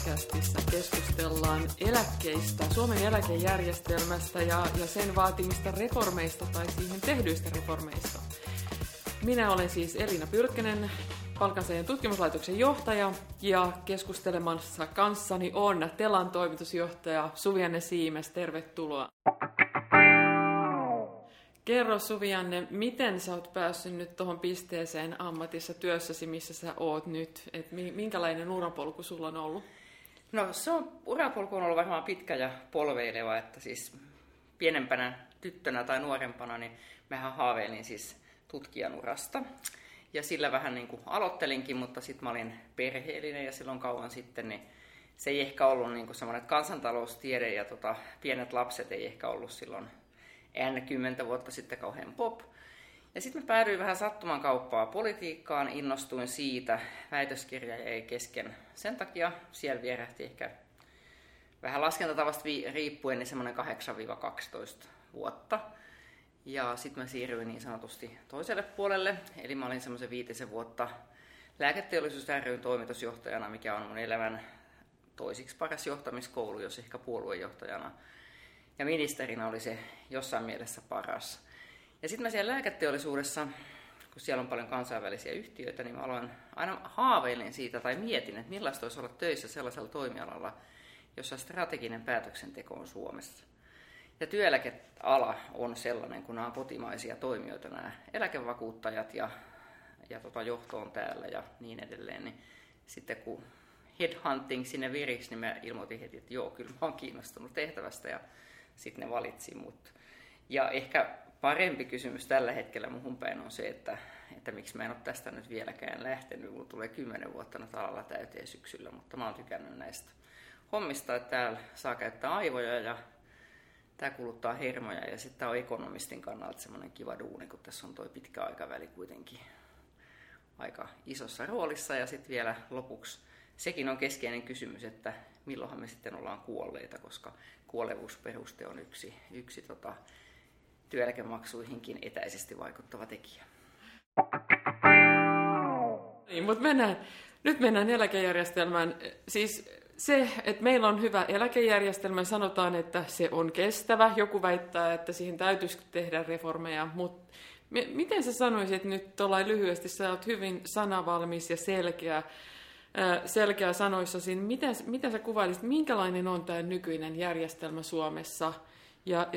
podcastissa keskustellaan eläkkeistä, Suomen eläkejärjestelmästä ja sen vaatimista reformeista tai siihen tehdyistä reformeista. Minä olen siis Elina Pylkkänen, Palkansaajien tutkimuslaitoksen johtaja, ja keskustelemassa kanssani on Telan toimitusjohtaja Suvi-Anne Siimes. Tervetuloa. Kerro Suvi-Anne, miten sä oot päässyt nyt tuohon pisteeseen ammatissa työssäsi, missä sä oot nyt? Et minkälainen urapolku sulla on ollut? No urapolku on ollut varmaan pitkä ja polveileva, että siis pienempänä tyttönä tai nuorempana, niin mähän haaveilin siis tutkijan urasta. Ja sillä vähän niin kuin aloittelinkin, mutta sitten mä olin perheellinen ja silloin kauan sitten, niin se ei ehkä ollut niin kuin semmoinen, että kansantaloustiede ja pienet lapset ei ehkä ollut silloin 10 vuotta sitten kauhean pop. Ja sitten mä päädyin vähän sattuman kauppaa politiikkaan, innostuin siitä, väitöskirja jäi kesken. Sen takia siellä vierähti ehkä vähän laskentatavasta riippuen niin semmoinen 8-12 vuotta. Ja sitten mä siirryin niin sanotusti toiselle puolelle, eli mä olin semmoisen 5 vuotta Lääketeollisuus ry:n toimitusjohtajana, mikä on mun elämän toisiksi paras johtamiskoulu, jos ehkä puoluejohtajana. Ja ministerinä oli se jossain mielessä paras. Ja sitten mä siellä lääketeollisuudessa, kun siellä on paljon kansainvälisiä yhtiöitä, niin mä aina haaveilin siitä tai mietin, että millaista olisi olla töissä sellaisella toimialalla, jossa strateginen päätöksenteko on Suomessa. Ja työeläkeala on sellainen, kun nämä on kotimaisia toimijoita, nämä eläkevakuuttajat ja johto on täällä ja niin edelleen. Niin sitten kun headhunting sinne viriksi, niin mä ilmoitin heti, että joo, kyllä mä oon kiinnostunut tehtävästä ja sitten ne valitsi mut. Ja ehkä parempi kysymys tällä hetkellä muhun päin on se, että miksi mä en ole tästä nyt vieläkään lähtenyt. Mulla tulee 10 vuotta nyt alalla täyteen syksyllä, mutta mä oon tykännyt näistä hommista, että täällä saa käyttää aivoja ja tämä kuluttaa hermoja ja sitten tämä on ekonomistin kannalta semmoinen kiva duuni, kun tässä on toi pitkä aikaväli kuitenkin aika isossa roolissa. Ja sitten vielä lopuksi sekin on keskeinen kysymys, että milloinhan me sitten ollaan kuolleita, koska kuolevuusperuste on yksi työeläkemaksuihinkin etäisesti vaikuttava tekijä. Niin, mutta nyt mennään eläkejärjestelmään. Siis se, että meillä on hyvä eläkejärjestelmä, sanotaan, että se on kestävä. Joku väittää, että siihen täytyisi tehdä reformeja, mutta miten sä sanoisit nyt tuollain lyhyesti, sä oot hyvin sanavalmis ja selkeä sanoissasi, miten sä kuvailisit, minkälainen on tämä nykyinen järjestelmä Suomessa ja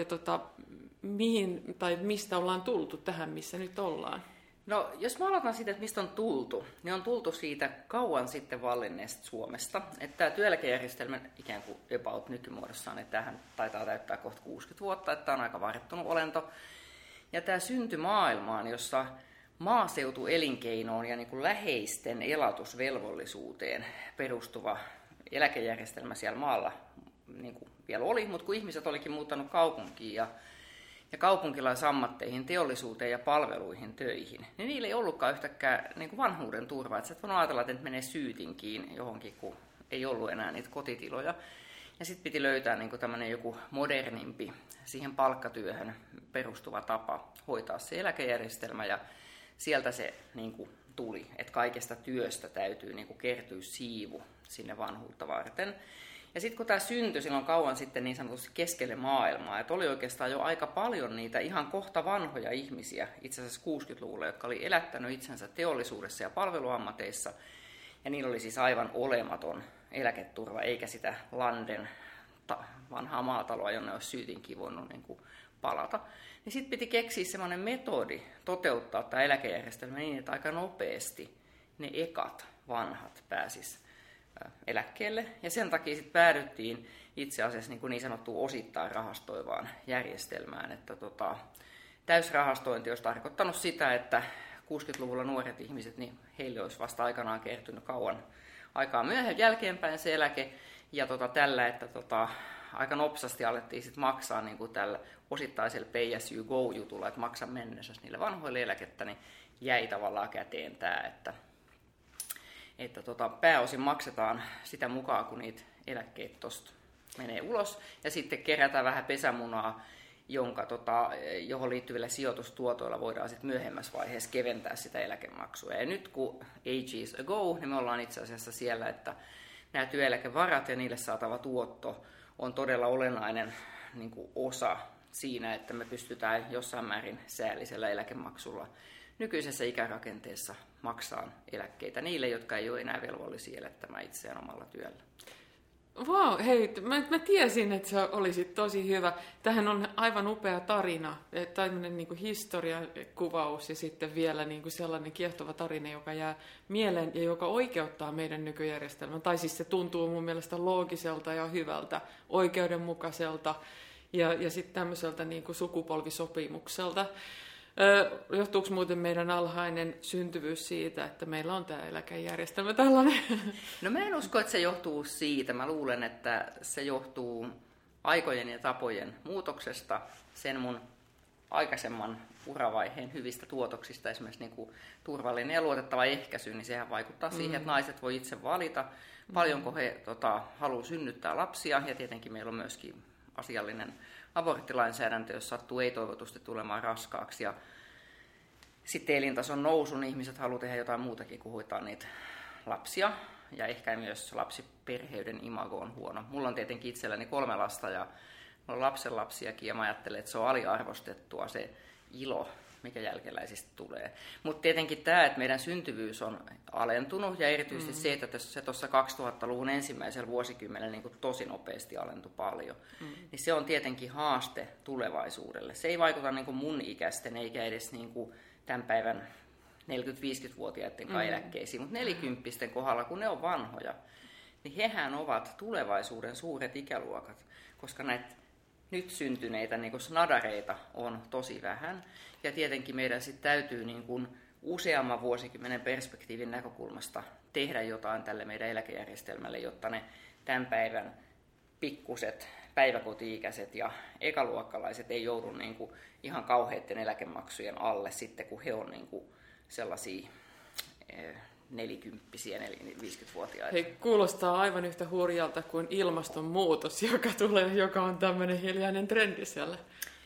mihin tai mistä ollaan tultu tähän, missä nyt ollaan? No, jos mä aloitan siitä, että mistä on tultu, niin on tultu siitä kauan sitten vallinneesta Suomesta. Että tämä työeläkejärjestelmä ikään kuin about nykymuodossaan, että tämähän taitaa täyttää kohta 60 vuotta, että tämä on aika varttunut olento. Ja tämä syntyi maailmaan, jossa maaseutuelinkeinoon ja niin kuin läheisten elatusvelvollisuuteen perustuva eläkejärjestelmä siellä maalla niin kuin vielä oli, mutta kun ihmiset olikin muuttanut kaupunkiin ja kaupunkilaisammatteihin, teollisuuteen ja palveluihin töihin, niin niillä ei ollutkaan yhtäkään niin kuin vanhuuden turvaa. Että sä et voinut ajatella, että menee syytinkiin johonkin, kun ei ollut enää niitä kotitiloja. Ja sitten piti löytää niin kuin tämmöinen joku modernimpi, siihen palkkatyöhön perustuva tapa hoitaa se eläkejärjestelmä. Ja sieltä se niin kuin tuli, että kaikesta työstä täytyy niin kuin kertyä siivu sinne vanhuutta varten. Ja sitten kun tämä syntyi silloin kauan sitten niin sanotusti keskelle maailmaa, että oli oikeastaan jo aika paljon niitä ihan kohta vanhoja ihmisiä, itse asiassa 60-luvulla, jotka oli elättänyt itsensä teollisuudessa ja palveluammateissa, ja niillä oli siis aivan olematon eläketurva, eikä sitä landen vanhaa maataloa, jonne olisi syytinkin voinut niin kuin palata. Niin sitten piti keksiä semmoinen metodi toteuttaa tämä eläkejärjestelmä niin, että aika nopeasti ne ekat vanhat pääsis eläkkeelle. Ja sen takia sitten päädyttiin itse asiassa niin sanottuun osittain rahastoivaan järjestelmään. Että täysrahastointi olisi tarkoittanut sitä, että 60-luvulla nuoret ihmiset, niin heille olisi vasta aikanaan kertynyt kauan aikaa myöhemmin jälkeenpäin se eläke. Ja tällä, että aika nopsasti alettiin sit maksaa niin kuin tällä osittaisella pay as you go -jutulla, että maksa mennessä niille vanhoille eläkettä, niin jäi tavallaan käteen tämä, että pääosin maksetaan sitä mukaan, kun niitä eläkkeet tuosta menee ulos, ja sitten kerätään vähän pesämunaa, johon liittyvillä sijoitustuotoilla voidaan sitten myöhemmässä vaiheessa keventää sitä eläkemaksua. Ja nyt kun ages ago, niin me ollaan itse asiassa siellä, että nämä työeläkevarat ja niille saatava tuotto on todella olennainen niin kuin osa siinä, että me pystytään jossain määrin säällisellä eläkemaksulla nykyisessä ikärakenteessa maksamaan eläkkeitä niille, jotka ei ole enää velvollisia elättämään itseään omalla työllä. Vau, hei, mä tiesin, että se olisi tosi hyvä. Tähän on aivan upea tarina, tämmöinen niin kuin historiakuvaus ja sitten vielä niin kuin sellainen kiehtova tarina, joka jää mieleen ja joka oikeuttaa meidän nykyjärjestelmän. Tai siis se tuntuu mun mielestä loogiselta ja hyvältä, oikeudenmukaiselta ja sitten tämmöiseltä niin kuin sukupolvisopimukselta. Johtuuko muuten meidän alhainen syntyvyys siitä, että meillä on tämä eläkejärjestelmä tällainen? No mä en usko, että se johtuu siitä. Mä luulen, että se johtuu aikojen ja tapojen muutoksesta, sen mun aikaisemman uravaiheen hyvistä tuotoksista, esimerkiksi niin kuin turvallinen ja luotettava ehkäisy, niin sehän vaikuttaa siihen, että naiset voi itse valita, paljonko he haluaa synnyttää lapsia, ja tietenkin meillä on myöskin asiallinen aborttilainsäädäntö, jos sattuu ei-toivotusti tulemaan raskaaksi. Ja sitten elintason nousun ihmiset haluaa tehdä jotain muutakin kuin hoitaa niitä lapsia. Ja ehkä myös lapsiperheiden imago on huono. Mulla on tietenkin itselläni 3 lasta ja on lapsenlapsiakin ja mä ajattelen, että se on aliarvostettua se ilo, mikä jälkeläisistä tulee. Mutta tietenkin tämä, että meidän syntyvyys on alentunut ja erityisesti se, että se tuossa 2000-luvun ensimmäisellä vuosikymmenellä niin tosi nopeasti alentui paljon, niin se on tietenkin haaste tulevaisuudelle. Se ei vaikuta niin mun ikäisten eikä edes niin tämän päivän 40-50-vuotiaiden eläkkeisiin, mutta 40-vuotiaiden kohdalla, kun ne on vanhoja, niin hehän ovat tulevaisuuden suuret ikäluokat, koska näitä nyt syntyneitä niin kuin snadareita on tosi vähän. Ja tietenkin meidän sitten täytyy niin kuin useamman vuosikymmenen perspektiivin näkökulmasta tehdä jotain tälle meidän eläkejärjestelmälle, jotta ne tämän päivän pikkuset, päiväkoti-ikäiset ja ekaluokkalaiset ei joudu niin kuin ihan kauheiden eläkemaksujen alle sitten, kun he on niin kuin sellaisia 40-vuotiaita, 50-vuotiaita. Hei, kuulostaa aivan yhtä hurjalta kuin ilmastonmuutos, joka on tämmöinen hiljainen trendi siellä.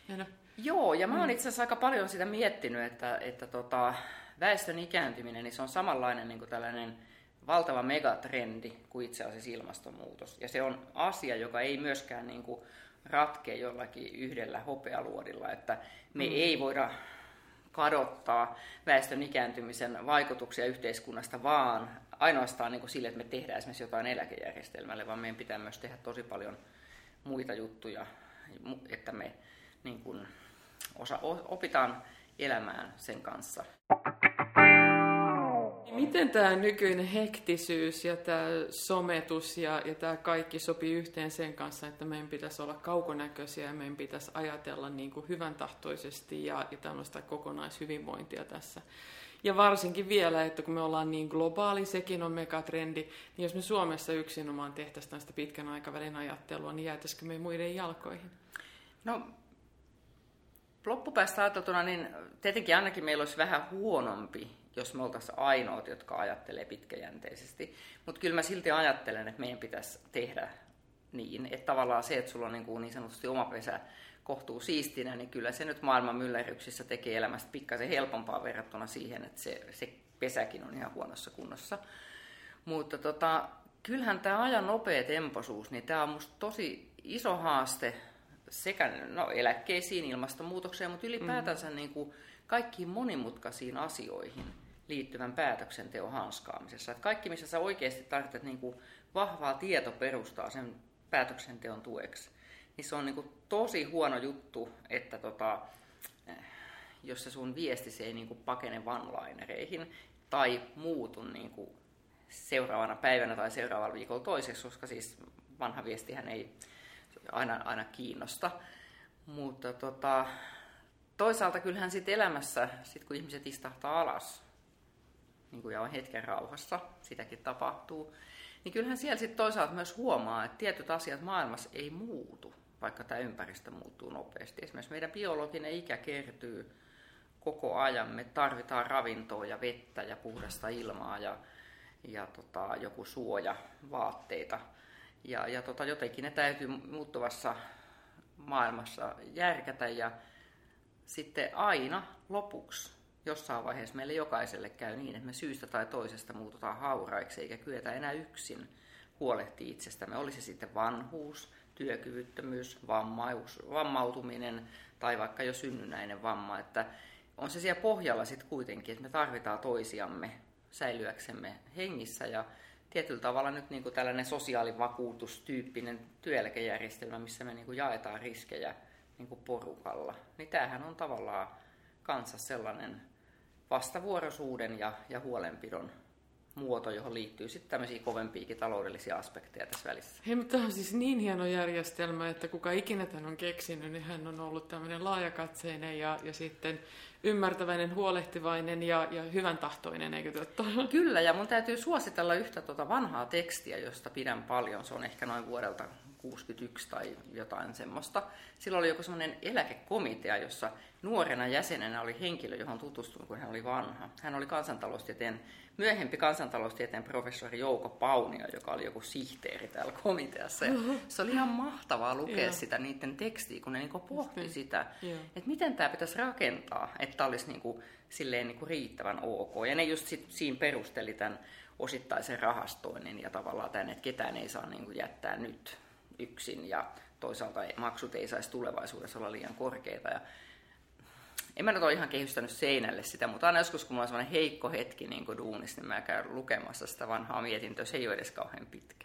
Joo, ja mä oon itse asiassa aika paljon sitä miettinyt, että väestön ikääntyminen, niin se on samanlainen niin kuin tällainen valtava megatrendi kuin itse asiassa ilmastonmuutos. Ja se on asia, joka ei myöskään niin kuin ratkea jollakin yhdellä hopealuodilla, että me ei voida kadottaa väestön ikääntymisen vaikutuksia yhteiskunnasta, vaan ainoastaan niin kuin sille, että me tehdään esimerkiksi jotain eläkejärjestelmälle, vaan meidän pitää myös tehdä tosi paljon muita juttuja, että me niin kuin opitaan elämään sen kanssa. Miten tämä nykyinen hektisyys ja tämä sometus ja tämä kaikki sopii yhteen sen kanssa, että meidän pitäisi olla kaukonäköisiä ja meidän pitäisi ajatella niin kuin hyvän tahtoisesti ja tämmöistä kokonaishyvinvointia tässä. Ja varsinkin vielä, että kun me ollaan niin globaali, sekin on megatrendi, niin jos me Suomessa yksinomaan tehtäisiin tästä pitkän aikavälin ajattelua, niin jäätäisikö me muiden jalkoihin? No, loppupäästä ajateltuna, niin tietenkin ainakin meillä olisi vähän huonompi, jos me oltaisiin ainoat, jotka ajattelee pitkäjänteisesti. Mutta kyllä mä silti ajattelen, että meidän pitäisi tehdä niin, että tavallaan se, että sulla on niin sanotusti oma pesä kohtuu siistinä, niin kyllä se nyt maailman myllerryksissä tekee elämästä pikkasen helpompaa verrattuna siihen, että se pesäkin on ihan huonossa kunnossa. Mutta kyllähän tämä ajan nopea tempoisuus, niin tämä on musta tosi iso haaste sekä eläkkeisiin, ilmastonmuutokseen, mutta ylipäätänsä niin kuin kaikkiin monimutkaisiin asioihin liittyvän päätöksenteon hanskaamisessa. Että kaikki, missä sä oikeasti tarvitset niin kuin vahvaa tietoperustaa sen päätöksenteon tueksi, niin se on niin kuin tosi huono juttu, että jos se sun viesti se ei niin kuin pakene one-linereihin tai muutu niin kuin seuraavana päivänä tai seuraavalla viikolla toiseksi, koska siis vanha viestihän ei aina kiinnosta. Mutta toisaalta kyllähän sitten elämässä, kun ihmiset istahtaa alas niin kuin ja on hetken rauhassa, sitäkin tapahtuu, niin kyllähän siellä sitten toisaalta myös huomaa, että tietyt asiat maailmassa ei muutu, vaikka tämä ympäristö muuttuu nopeasti. Esimerkiksi meidän biologinen ikä kertyy koko ajan. Me tarvitaan ravintoa ja vettä ja puhdasta ilmaa ja joku suoja, vaatteita. Ja jotenkin ne täytyy muuttuvassa maailmassa järkätä ja sitten aina lopuksi jossain vaiheessa meille jokaiselle käy niin, että me syystä tai toisesta muututaan hauraiksi eikä kyetä enää yksin huolehtia itsestämme. Oli se sitten vanhuus, työkyvyttömyys, vammautuminen tai vaikka jo synnynnäinen vamma. Että on se siellä pohjalla sitten kuitenkin, että me tarvitaan toisiamme säilyäksemme hengissä ja tietyllä tavalla nyt niin kuin tällainen sosiaalivakuutustyyppinen työeläkejärjestelmä, missä me niin kuin jaetaan riskejä niin kuin porukalla, niin tämähän on tavallaan kanssa sellainen vastavuoroisuuden ja huolenpidon muoto, johon liittyy sitten tämmöisiä kovempiakin taloudellisia aspekteja tässä välissä. Hei, mutta tämä on siis niin hieno järjestelmä, että kuka ikinä tämän on keksinyt, niin hän on ollut tämmöinen laajakatseinen ja sitten ymmärtäväinen, huolehtivainen ja hyvän tahtoinen, eikö totta? Kyllä, ja mun täytyy suositella yhtä vanhaa tekstiä, josta pidän paljon. Se on ehkä noin vuodelta 61 tai jotain semmoista. Silloin oli joku semmoinen eläkekomitea, jossa nuorena jäsenenä oli henkilö, johon tutustuin, kun hän oli vanha. Hän oli myöhempi kansantaloustieteen professori Jouko Paunio, joka oli joku sihteeri täällä komiteassa. Ja se oli ihan mahtavaa lukea sitä niiden tekstiä, kun ne niinku pohti sitä, että miten tämä pitäisi rakentaa, että olisi niinku, silleen niinku riittävän ok. Ja ne just siinä perusteli tämän osittaisen rahastoinnin ja tavallaan tämän, että ketään ei saa niinku jättää nyt yksin ja toisaalta maksut ei saisi tulevaisuudessa olla liian korkeita. Ja en mä nyt ole ihan kehystänyt seinälle sitä, mutta aina joskus, kun mulla on sellainen heikko hetki niin kuin duunissa, niin mä käyn lukemassa sitä vanhaa mietintöä. Se ei ole edes kauhean pitkä.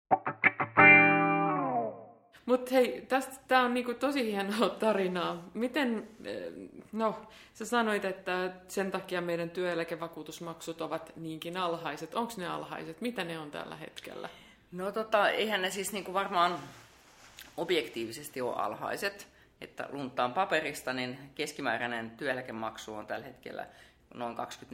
Mutta hei, tämä on niinku tosi hienoa tarinaa. Miten, sä sanoit, että sen takia meidän työeläkevakuutusmaksut ovat niinkin alhaiset. Onko ne alhaiset? Mitä ne on tällä hetkellä? No eihän ne siis niinku varmaan objektiivisesti ole alhaiset. Että luntaan paperista, niin keskimääräinen työeläkemaksu on tällä hetkellä noin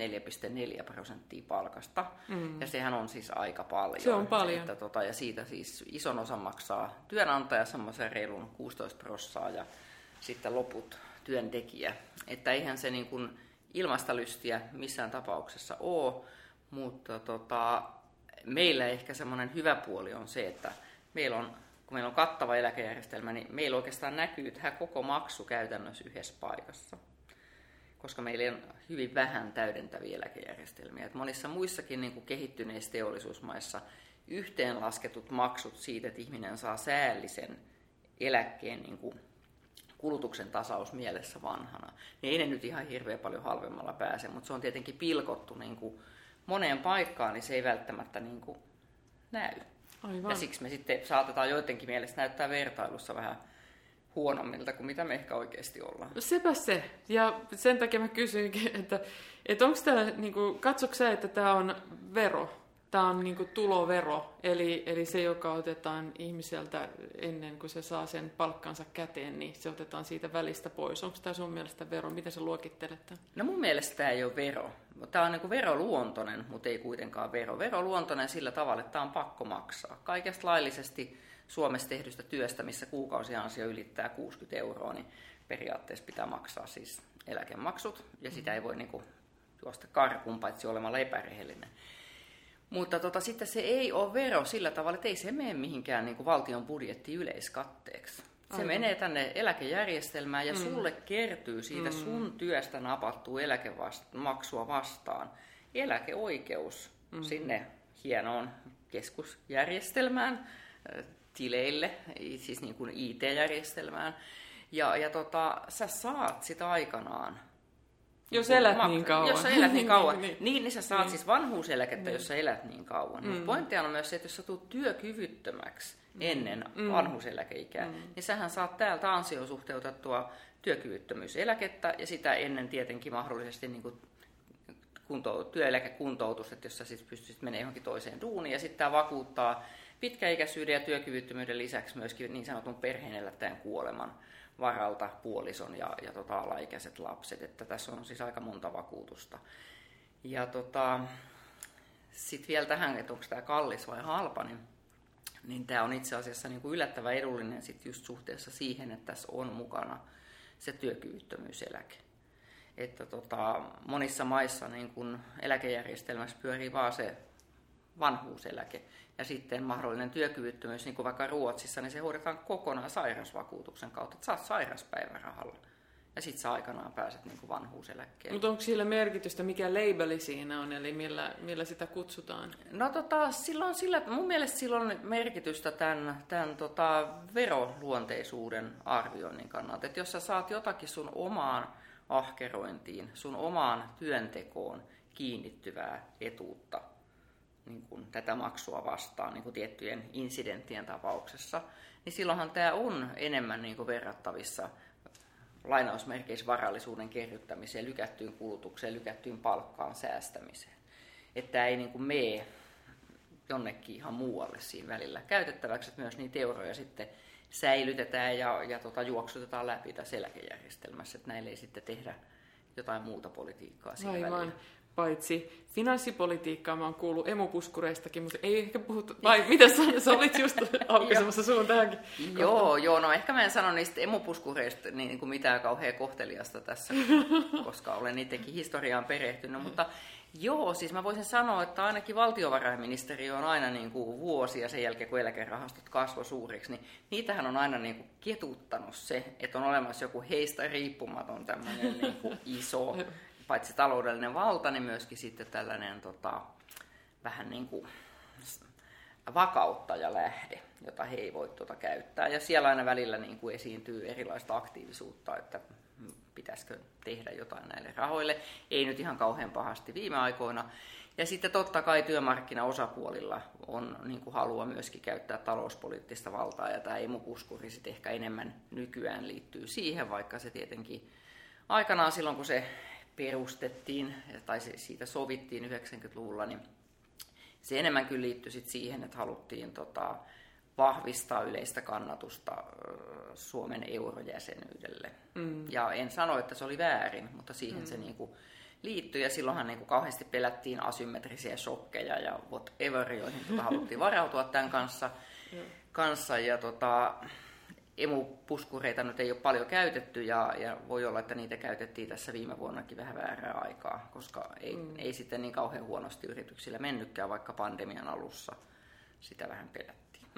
24,4% palkasta. Ja sehän on siis aika paljon. Se on paljon. Että, ja siitä siis ison osan maksaa työnantaja semmoisen reilun 16% ja sitten loput työntekijä. Että eihän se niin kuin ilmasta lystiä missään tapauksessa ole, mutta meillä ehkä semmoinen hyvä puoli on se, että kun meillä on kattava eläkejärjestelmä, niin meillä oikeastaan näkyy tämä koko maksu käytännössä yhdessä paikassa. Koska meillä on hyvin vähän täydentäviä eläkejärjestelmiä. Että monissa muissakin niin kuin kehittyneissä teollisuusmaissa yhteenlasketut maksut siitä, että ihminen saa säällisen eläkkeen niin kuin kulutuksen tasaus mielessä vanhana, niin ei ne nyt ihan hirveän paljon halvemmalla pääse, mutta se on tietenkin pilkottu niin kuin moneen paikkaan, niin se ei välttämättä niin kuin näy. Aivan. Ja siksi me sitten saatetaan joidenkin mielestä näyttää vertailussa vähän huonommilta kuin mitä me ehkä oikeasti ollaan. Sepä se. Ja sen takia mä kysyinkin, että onko tämä, niinku, katsotko sä, että tämä on vero? Tämä on niinku tulovero, eli se, joka otetaan ihmiseltä ennen kuin se saa sen palkkansa käteen, niin se otetaan siitä välistä pois. Onko tämä sun mielestä vero? Miten sä luokittelet tämän? No mun mielestä tämä ei ole vero. Tämä on niinku veroluontoinen, mutta ei kuitenkaan vero. Veroluontoinen sillä tavalla, että tämä on pakko maksaa. Kaikesta laillisesti Suomessa tehdystä työstä, missä kuukausiansio ylittää 60 €, niin periaatteessa pitää maksaa siis eläkemaksut. Ja sitä ei voi niinku juosta karkuun, paitsi olemalla epärehellinen. Mutta sitten se ei ole vero sillä tavalla, että ei se mene mihinkään niin kuin valtion budjettiin yleiskatteeksi. Se menee tänne eläkejärjestelmään ja sulle kertyy siitä sun työstä napattua eläkemaksua vastaan eläkeoikeus sinne hienoon keskusjärjestelmään, tileille, siis niin kuin IT-järjestelmään. Ja sä saat sitä aikanaan. Jos elät niin kauan. Jos sä elät niin kauan. niin sä saat siis vanhuuseläkettä, jos sä elät niin kauan. Mutta pointtia on myös se, että jos sä tulet työkyvyttömäksi ennen vanhuuseläkeikää, niin sähän saat täältä ansiosuhteutettua työkyvyttömyyseläkettä ja sitä ennen tietenkin mahdollisesti niin kuin työeläkekuntoutus, että jos sä sit pystyisit menemään johonkin toiseen duuniin. Ja sitten tämä vakuuttaa pitkäikäisyyden ja työkyvyttömyyden lisäksi myöskin niin sanotun perheenelättäjän kuoleman varalta puolison ja alaikäiset lapset, että tässä on siis aika monta vakuutusta. Ja sitten vielä tähän, että onko tämä kallis vai halpa, niin tämä on itse asiassa niin kuin yllättävän edullinen sit just suhteessa siihen, että tässä on mukana se työkyvyttömyyseläke. Että monissa maissa niin kun eläkejärjestelmässä pyörii vaan se vanhuuseläke ja sitten mahdollinen työkyvyttömyys, niin kuin vaikka Ruotsissa, niin se hoidetaan kokonaan sairausvakuutuksen kautta, että saat sairauspäivärahalla. ja sitten sä aikanaan pääset niin kuin vanhuuseläkkeelle. Mutta onko sillä merkitystä, mikä labeli siinä on, eli millä sitä kutsutaan? No mun mielestä sillä on merkitystä tämän veroluonteisuuden arvioinnin kannalta. Että jos sä saat jotakin sun omaan ahkerointiin, sun omaan työntekoon kiinnittyvää etuutta, niin kuin tätä maksua vastaan niin kuin tiettyjen insidenttien tapauksessa, niin silloinhan tämä on enemmän niin kuin verrattavissa lainausmerkeissä varallisuuden kerryttämiseen, lykättyyn kulutukseen, lykättyyn palkkaan, säästämiseen. Että ei niin kuin mene jonnekin ihan muualle siinä välillä käytettäväksi, että myös niitä euroja sitten säilytetään ja juoksutetaan läpi tässä eläkejärjestelmässä, että näille ei sitten tehdä jotain muuta politiikkaa siinä välillä. Paitsi finanssipolitiikkaa mä oon kuullut emupuskureistakin, mutta ei ehkä puhuttu, vai mitä sä olit just aukaisemassa suun tähänkin? Joo, no ehkä mä en sano niistä emupuskureista niin kuin mitään kauhean kohteliasta tässä, koska olen niidenkin historiaan perehtynyt, mutta joo, siis mä voisin sanoa, että ainakin valtiovarainministeriö on aina niin kuin vuosia sen jälkeen, kun eläkerahastot kasvoi suuriksi, niin niitähän on aina niin kuin ketuttanut se, että on olemassa joku heistä riippumaton tämmöinen niin kuin iso, paitsi taloudellinen valta, niin myöskin sitten tällainen vähän niin kuin vakauttajalähde, jota he ei voi käyttää. Ja siellä aina välillä niin kuin esiintyy erilaista aktiivisuutta, että pitäisikö tehdä jotain näille rahoille. Ei nyt ihan kauhean pahasti viime aikoina. Ja sitten totta kai työmarkkinaosapuolilla on niin kuin halua myöskin käyttää talouspoliittista valtaa, ja tämä emupuskuri sitten ehkä enemmän nykyään liittyy siihen, vaikka se tietenkin aikanaan silloin, kun se perustettiin, tai siitä sovittiin 90-luvulla, niin se enemmän kyllä liittyi sit siihen, että haluttiin vahvistaa yleistä kannatusta Suomen eurojäsenyydelle. Ja en sano, että se oli väärin, mutta siihen se niinku liittyi, ja silloinhan niinku kauheasti pelättiin asymmetrisiä shokkeja ja whatever, joihin haluttiin varautua tämän kanssa ja emupuskureita nyt ei ole paljon käytetty, ja voi olla, että niitä käytettiin tässä viime vuonnakin vähän väärää aikaa, koska ei sitten niin kauhean huonosti yrityksillä mennytkään, vaikka pandemian alussa sitä vähän pelättiin.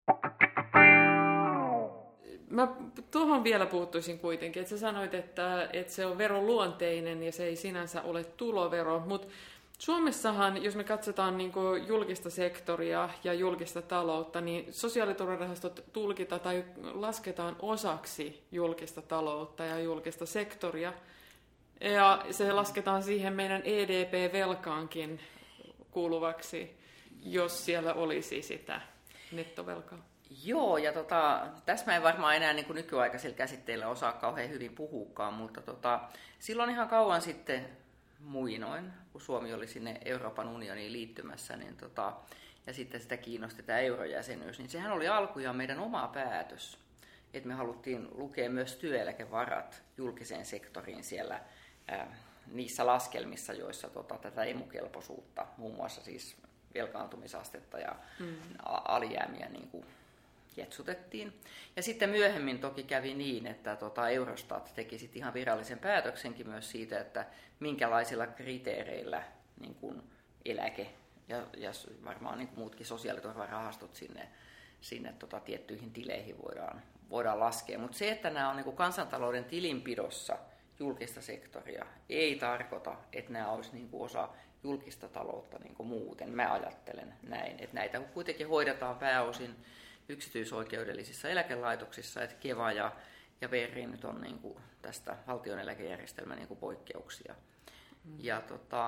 Mä tuohon vielä puuttuisin kuitenkin, että sä sanoit, että se on veroluonteinen ja se ei sinänsä ole tulovero, mutta Suomessahan, jos me katsotaan niin kuin julkista sektoria ja julkista taloutta, niin sosiaaliturvarahastot tulkitaan tai lasketaan osaksi julkista taloutta ja julkista sektoria. Ja se lasketaan siihen meidän EDP-velkaankin kuuluvaksi, jos siellä olisi sitä nettovelkaa. Joo, ja tässä mä en varmaan enää niin kuin nykyaikaisilla käsitteillä osaa kauhean hyvin puhukaan, mutta silloin ihan kauan sitten muinoin, kun Suomi oli sinne Euroopan unioniin liittymässä, niin ja sitten sitä kiinnosti tämä eurojäsenyys, niin sehän oli alkujaan meidän oma päätös, että me haluttiin lukea myös työeläkevarat julkiseen sektoriin siellä niissä laskelmissa, joissa tätä emukelpoisuutta, muun muassa siis velkaantumisastetta ja alijäämiä niin kuin jetsutettiin. Ja sitten myöhemmin toki kävi niin, että Eurostat teki sitten ihan virallisen päätöksenkin myös siitä, että minkälaisilla kriteereillä niin kuin eläke ja varmaan niin kuin muutkin sosiaaliturvarahastot sinne tiettyihin tileihin voidaan laskea. Mutta se, että nämä on niin kuin kansantalouden tilinpidossa julkista sektoria, ei tarkoita, että nämä olisi niin kuin osa julkista taloutta niin kuin muuten. Mä ajattelen näin, että näitä kuitenkin hoidetaan pääosin yksityisoikeudellisissa eläkelaitoksissa, että Keva ja VERI nyt on niin kuin tästä valtion eläkejärjestelmän niin kuin poikkeuksia. Ja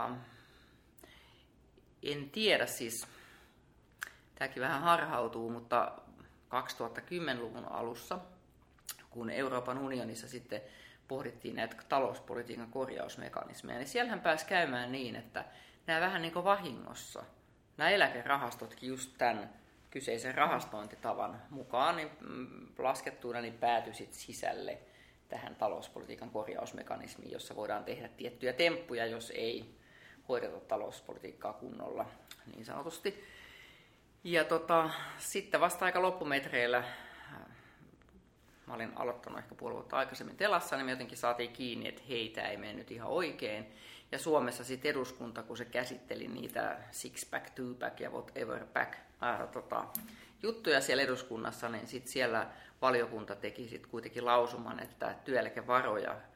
en tiedä siis, tämäkin vähän harhautuu, mutta 2010-luvun alussa, kun Euroopan unionissa sitten pohdittiin näitä talouspolitiikan korjausmekanismeja, niin siellähän pääsi käymään niin, että nämä vähän niin kuin vahingossa, nämä eläkerahastotkin just tämän kyseisen rahastointitavan mukaan niin laskettuina niin päätyi sisälle tähän talouspolitiikan korjausmekanismiin, jossa voidaan tehdä tiettyjä temppuja, jos ei hoideta talouspolitiikkaa kunnolla, niin sanotusti. Ja sitten vasta aika loppumetreillä, mä olin aloittanut ehkä puoli vuotta aikaisemmin telassa, niin me jotenkin saatiin kiinni, että hei, tämä ei mennyt ihan oikein. Ja Suomessa sitten eduskunta, kun se käsitteli niitä six-pack, two-pack ja whatever pack juttuja siellä eduskunnassa, niin sitten siellä valiokunta teki sitten kuitenkin lausuman, että työeläkevaroja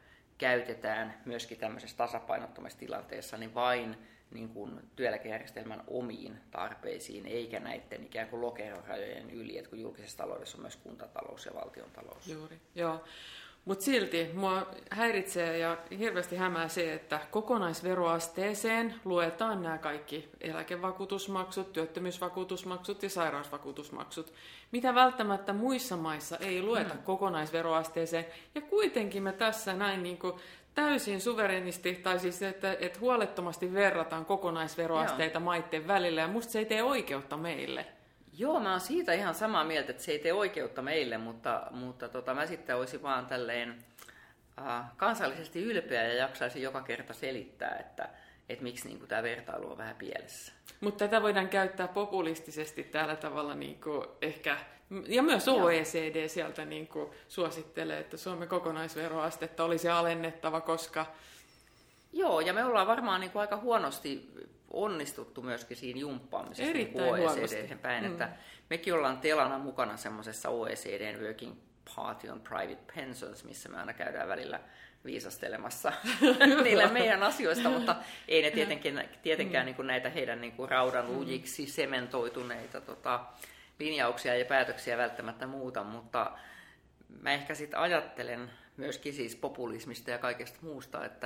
käytetään myöskin tämmöisessä tasapainottomassa tilanteessa niin vain niin kuin työeläkejärjestelmän omiin tarpeisiin, eikä näiden ikään kuin lokerorajojen yli, että kun julkisessa taloudessa on myös kuntatalous ja valtiontalous. Juuri, joo. Mutta silti mua häiritsee ja hirveästi hämää se, että kokonaisveroasteeseen luetaan nämä kaikki eläkevakuutusmaksut, työttömyysvakuutusmaksut ja sairausvakuutusmaksut, mitä välttämättä muissa maissa ei lueta kokonaisveroasteeseen. Ja kuitenkin me tässä näin niin kuin täysin suverenisti, tai siis että huolettomasti verrataan kokonaisveroasteita maiden välillä, ja musta se ei tee oikeutta meille. Joo, mä oon siitä ihan samaa mieltä, että se ei tee oikeutta meille, mutta mä sitten olisin vaan tälleen kansallisesti ylpeä ja jaksaisin joka kerta selittää, että miksi niin tämä vertailu on vähän pielessä. Mutta tätä voidaan käyttää populistisesti tällä tavalla niin kuin ehkä, ja myös OECD sieltä niin kuin suosittelee, että Suomen kokonaisveroastetta olisi alennettava, koska... Joo, ja me ollaan varmaan niin kuin aika huonosti onnistuttu myöskin siinä jumppaamisessa OECD:hen päin, että mekin ollaan telana mukana semmoisessa OECDn Working Party on Private Pensions, missä me aina käydään välillä viisastelemassa niillä meidän asioista, mutta ei ne tietenkään niin kuin näitä heidän niin kuin raudan lujiksi sementoituneita linjauksia ja päätöksiä välttämättä muuta, mutta mä ehkä sitten ajattelen myöskin siis populismista ja kaikesta muusta, että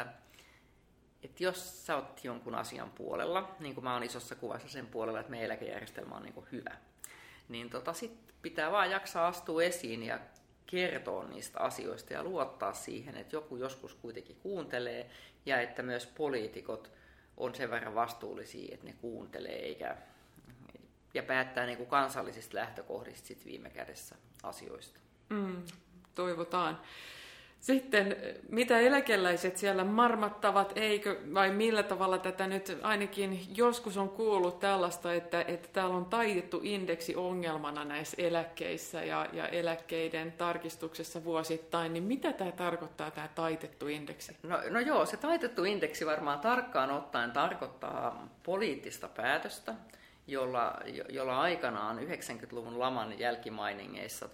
jos sä oot jonkun asian puolella, niin kuin mä oon isossa kuvassa sen puolella, että meidän eläkejärjestelmä on niin kuin hyvä, niin sit pitää vaan jaksaa astua esiin ja kertoa niistä asioista ja luottaa siihen, että joku joskus kuitenkin kuuntelee ja että myös poliitikot on sen verran vastuullisia, että ne kuuntelee ja päättää niin kuin kansallisista lähtökohdista sit viime kädessä asioista. Toivotaan. Sitten, mitä eläkeläiset siellä marmattavat, eikö, vai millä tavalla tätä nyt ainakin joskus on kuullut tällaista, että täällä on taitettu indeksi ongelmana näissä eläkkeissä ja eläkkeiden tarkistuksessa vuosittain, niin mitä tämä tarkoittaa, tämä taitettu indeksi? No joo, se taitettu indeksi varmaan tarkkaan ottaen tarkoittaa poliittista päätöstä, jolla aikanaan 90-luvun laman jälkimainingeissa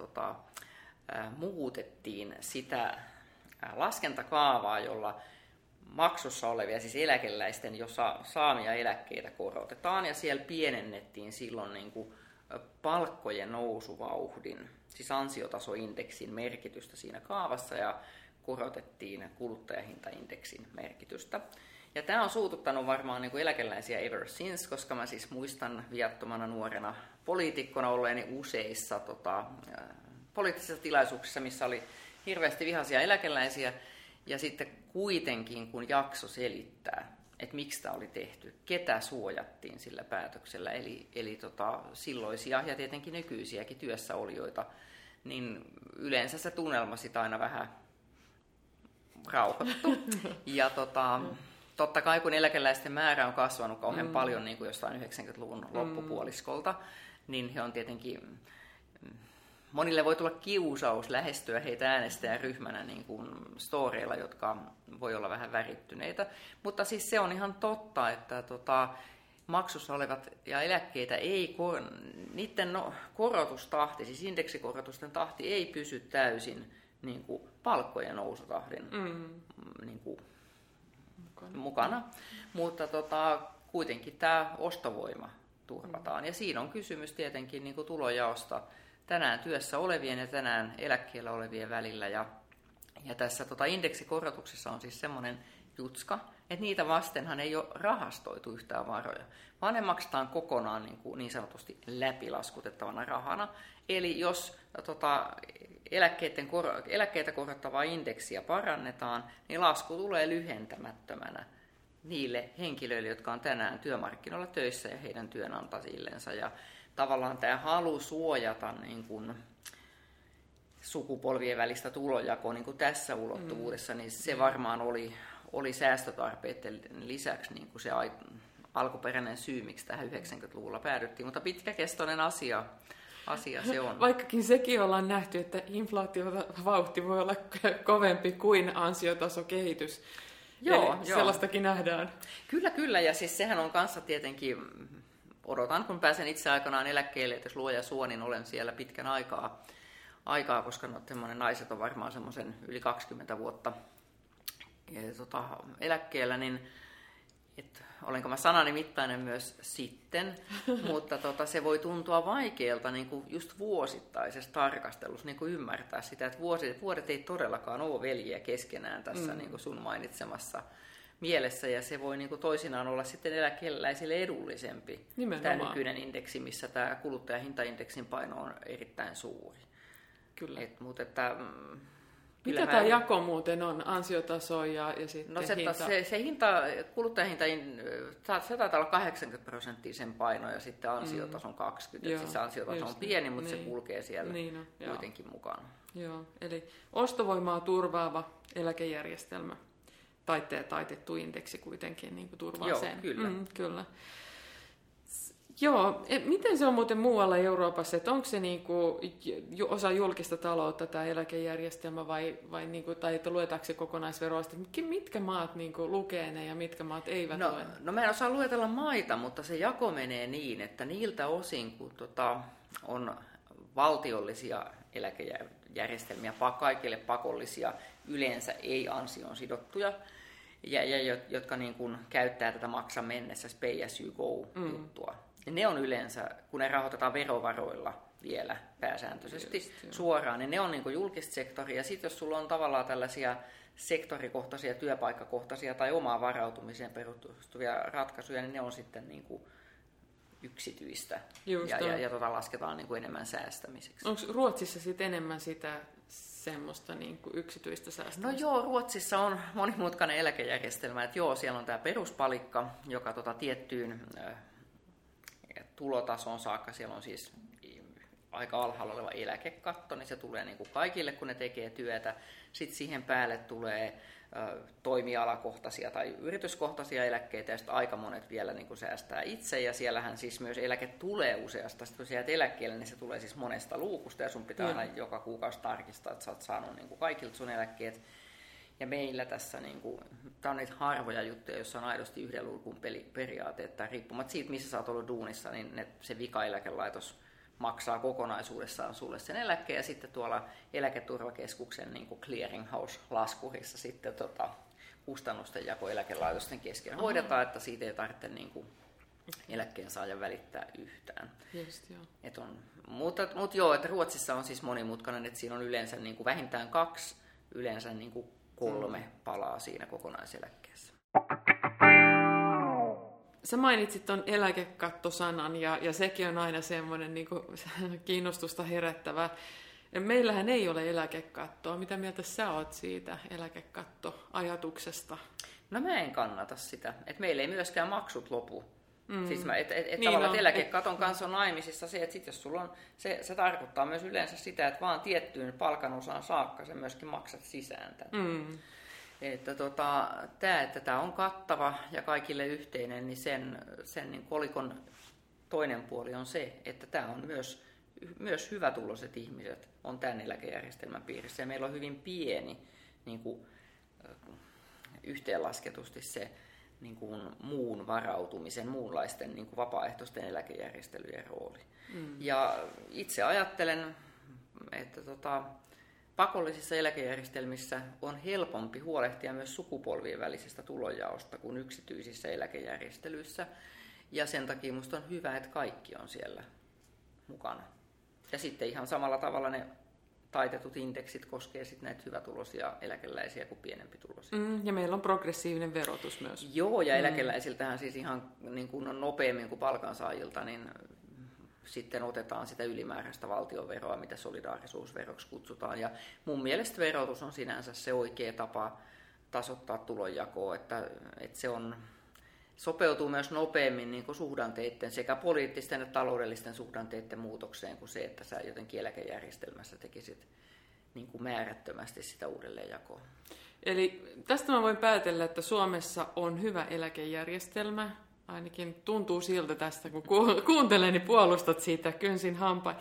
muutettiin sitä laskentakaavaa, jolla maksussa olevia, siis eläkeläisten jo saamia eläkkeitä korotetaan, ja siellä pienennettiin silloin niin kuin palkkojen nousuvauhdin, siis ansiotasoindeksin merkitystä siinä kaavassa, ja korotettiin kuluttajahintaindeksin merkitystä. Ja tämä on suututtanut varmaan niin kuin eläkeläisiä ever since, koska mä siis muistan viattomana nuorena poliitikkona olleeni useissa poliittisissa tilaisuuksissa, missä oli hirveästi vihaisia eläkeläisiä, ja sitten kuitenkin, kun jakso selittää, että miksi tämä oli tehty, ketä suojattiin sillä päätöksellä, eli silloisia ja tietenkin nykyisiäkin työssäolijoita, niin yleensä se tunnelma sitä aina vähän rauhoittu. Ja totta kai, kun eläkeläisten määrä on kasvanut kauhean paljon niin kuin jostain 90-luvun loppupuoliskolta, niin he on tietenkin... Monille voi tulla kiusaus lähestyä heitä äänestäjäryhmänä niin kuin storeilla, jotka voi olla vähän värittyneitä. Mutta siis se on ihan totta, että maksussa olevat ja eläkkeitä niiden korotustahti, siis indeksikorotusten tahti ei pysy täysin niin kuin palkkojen nousutahdin niin kuin mukana. Mutta kuitenkin tämä ostovoima turvataan. Ja siinä on kysymys tietenkin niin kuin tulonjaosta tänään työssä olevien ja tänään eläkkeellä olevien välillä. Ja tässä indeksikorotuksessa on siis semmoinen jutska, että niitä vastenhan ei ole rahastoitu yhtään varoja, vaan ne maksetaan kokonaan niin sanotusti läpilaskutettavana rahana. Eli jos eläkkeitä korottavaa indeksiä parannetaan, niin lasku tulee lyhentämättömänä niille henkilöille, jotka on tänään työmarkkinoilla töissä ja heidän työnantajillensa. Ja tavallaan tämä halu suojata niin kuin sukupolvien välistä tulonjakoa niin kuin tässä ulottuvuudessa, niin se varmaan oli säästötarpeiden lisäksi niin kuin se alkuperäinen syy, miksi tähän 90-luvulla päädyttiin, mutta pitkäkestoinen asia se on. Vaikkakin sekin ollaan nähty, että inflaatiovauhti voi olla kovempi kuin ansiotasokehitys. Joo. Sellaistakin nähdään. Kyllä, ja siis sehän on kanssa tietenkin, odotan kun pääsen itse aikanaan eläkkeelle, että jos luoja suo, niin olen siellä pitkän aikaa koska semmoinen naiset on varmaan semmoisen yli 20 vuotta eläkkeellä, niin olenko mä sanani mittainen myös sitten, mutta se voi tuntua vaikealta niin kuin just vuosittaisessa tarkastelussa niin kuin ymmärtää sitä, että vuodet ei todellakaan ole veljiä keskenään tässä niin kuin sun mainitsemassa mielessä, ja se voi niin kuin toisinaan olla sitten eläkeläisille edullisempi. Nimenomaan. Tämä nykyinen indeksi, missä tämä kuluttajahintaindeksin paino on erittäin suuri. Kyllä. Mitä tämä jako muuten on, ansiotaso ja sitten hinta? Se hinta, kuluttajahinta, se taitaa olla 80% sen paino ja sitten ansiotason 20%. Joo, siis ansiotaso on pieni, mutta se kulkee siellä kuitenkin mukana. Joo, eli ostovoimaa turvaava eläkejärjestelmä. Taitettu indeksi kuitenkin niin kuin turvaa sen. Kyllä. Kyllä. Joo, miten se on muuten muualla Euroopassa, että onko se niinku osa julkista taloutta tämä eläkejärjestelmä vai niinku, tai että luetaanko se kokonaisveroista? Mitkä maat niinku lukee ne ja mitkä maat eivät lue? No mä en osaa luetella maita, mutta se jako menee niin, että niiltä osin kun on valtiollisia eläkejärjestelmiä, kaikille pakollisia, yleensä ei ansioon sidottuja, ja jotka niin kuin käyttää tätä maksa mennessä pay as you go juttua. Ja ne on yleensä, kun ne rahoitetaan verovaroilla vielä pääsääntöisesti suoraan, niin ne on niin kuin julkista sektoria. Ja sitten jos sulla on tavallaan tällaisia sektorikohtaisia, työpaikkakohtaisia tai omaan varautumiseen perustuvia ratkaisuja, niin ne on sitten niin kuin yksityistä ja lasketaan niin kuin enemmän säästämiseksi. Onko Ruotsissa sitten enemmän sitä semmoista niin kuin yksityistä säästämistä? No joo, Ruotsissa on monimutkainen eläkejärjestelmä. Että joo, siellä on tämä peruspalikka, joka tiettyyn tulotasoon saakka, siellä on siis aika alhaalla oleva eläkekatto, niin se tulee niin kuin kaikille, kun ne tekee työtä. Sitten siihen päälle tulee toimialakohtaisia tai yrityskohtaisia eläkkeitä, ja sitten aika monet vielä niin kuin säästää itse, ja siellähän siis myös eläke tulee useasta. Sitten kun sä jäät eläkkeelle, niin se tulee siis monesta luukusta, ja sun pitää aina joka kuukausi tarkistaa, että sä oot saanut niin kuin kaikilta sun eläkkeet. Ja meillä tässä, niin kuin, tämä on niitä harvoja juttuja, joissa on aidosti yhden luukun periaate, että riippumatta siitä, missä sä oot ollut duunissa, niin se vikaeläkelaitos maksaa kokonaisuudessaan sulle sen eläkkeen, ja sitten tuolla eläketurvakeskuksen niin kuin clearinghouse-laskurissa sitten kustannusten jako eläkelaitosten kesken hoidetaan, että siitä ei tarvitse niin kuin eläkkeensaajan välittää yhtään. Just, joo. Mutta joo, että Ruotsissa on siis monimutkainen, että siinä on yleensä niin kuin vähintään 2, yleensä niin kuin 3 palaa siinä kokonaiseläkkeessä. Sä mainitsit tuon eläkekattosanan ja sekin on aina semmoinen niin kuin kiinnostusta herättävä. Meillähän ei ole eläkekattoa. Mitä mieltä sä oot siitä eläkekattoajatuksesta? No mä en kannata sitä. Et meillä ei myöskään maksut lopu. Siis tavallaan eläkekaton kanssa on naimisissa se, että sit jos sulla on, se tarkoittaa myös yleensä sitä, että vaan tiettyyn palkanosaan saakka sä myöskin maksat sisään tämän. Että tämä on kattava ja kaikille yhteinen, niin sen niin kolikon toinen puoli on se, että tämä on myös hyvätuloiset ihmiset on tämän eläkejärjestelmän piirissä. Ja meillä on hyvin pieni niin kuin, yhteenlasketusti se niin kuin muun varautumisen, muunlaisten niin kuin vapaaehtoisten eläkejärjestelyjen rooli. Ja itse ajattelen, että pakollisissa eläkejärjestelmissä on helpompi huolehtia myös sukupolvien välisestä tulonjaosta kuin yksityisissä eläkejärjestelyissä. Ja sen takia minusta on hyvä, että kaikki on siellä mukana. Ja sitten ihan samalla tavalla ne taitetut indeksit koskee sitten näitä hyvätuloisia eläkeläisiä kuin pienempituloisia. Ja meillä on progressiivinen verotus myös. Joo, ja eläkeläisiltähän siis ihan niin kuin on nopeammin kuin palkansaajilta, niin sitten otetaan sitä ylimääräistä valtionveroa, mitä solidaarisuusveroksi kutsutaan. Ja mun mielestä verotus on sinänsä se oikea tapa tasoittaa tulonjakoa, että se sopeutuu myös nopeammin niin kuin suhdanteiden, sekä poliittisten että taloudellisten suhdanteiden muutokseen kuin se, että sä jotenkin eläkejärjestelmässä tekisit niin kuin määrättömästi sitä uudelleenjakoa. Eli tästä mä voin päätellä, että Suomessa on hyvä eläkejärjestelmä. Ainakin tuntuu siltä tästä, kun kuuntelen, niin puolustat siitä kynsin hampain.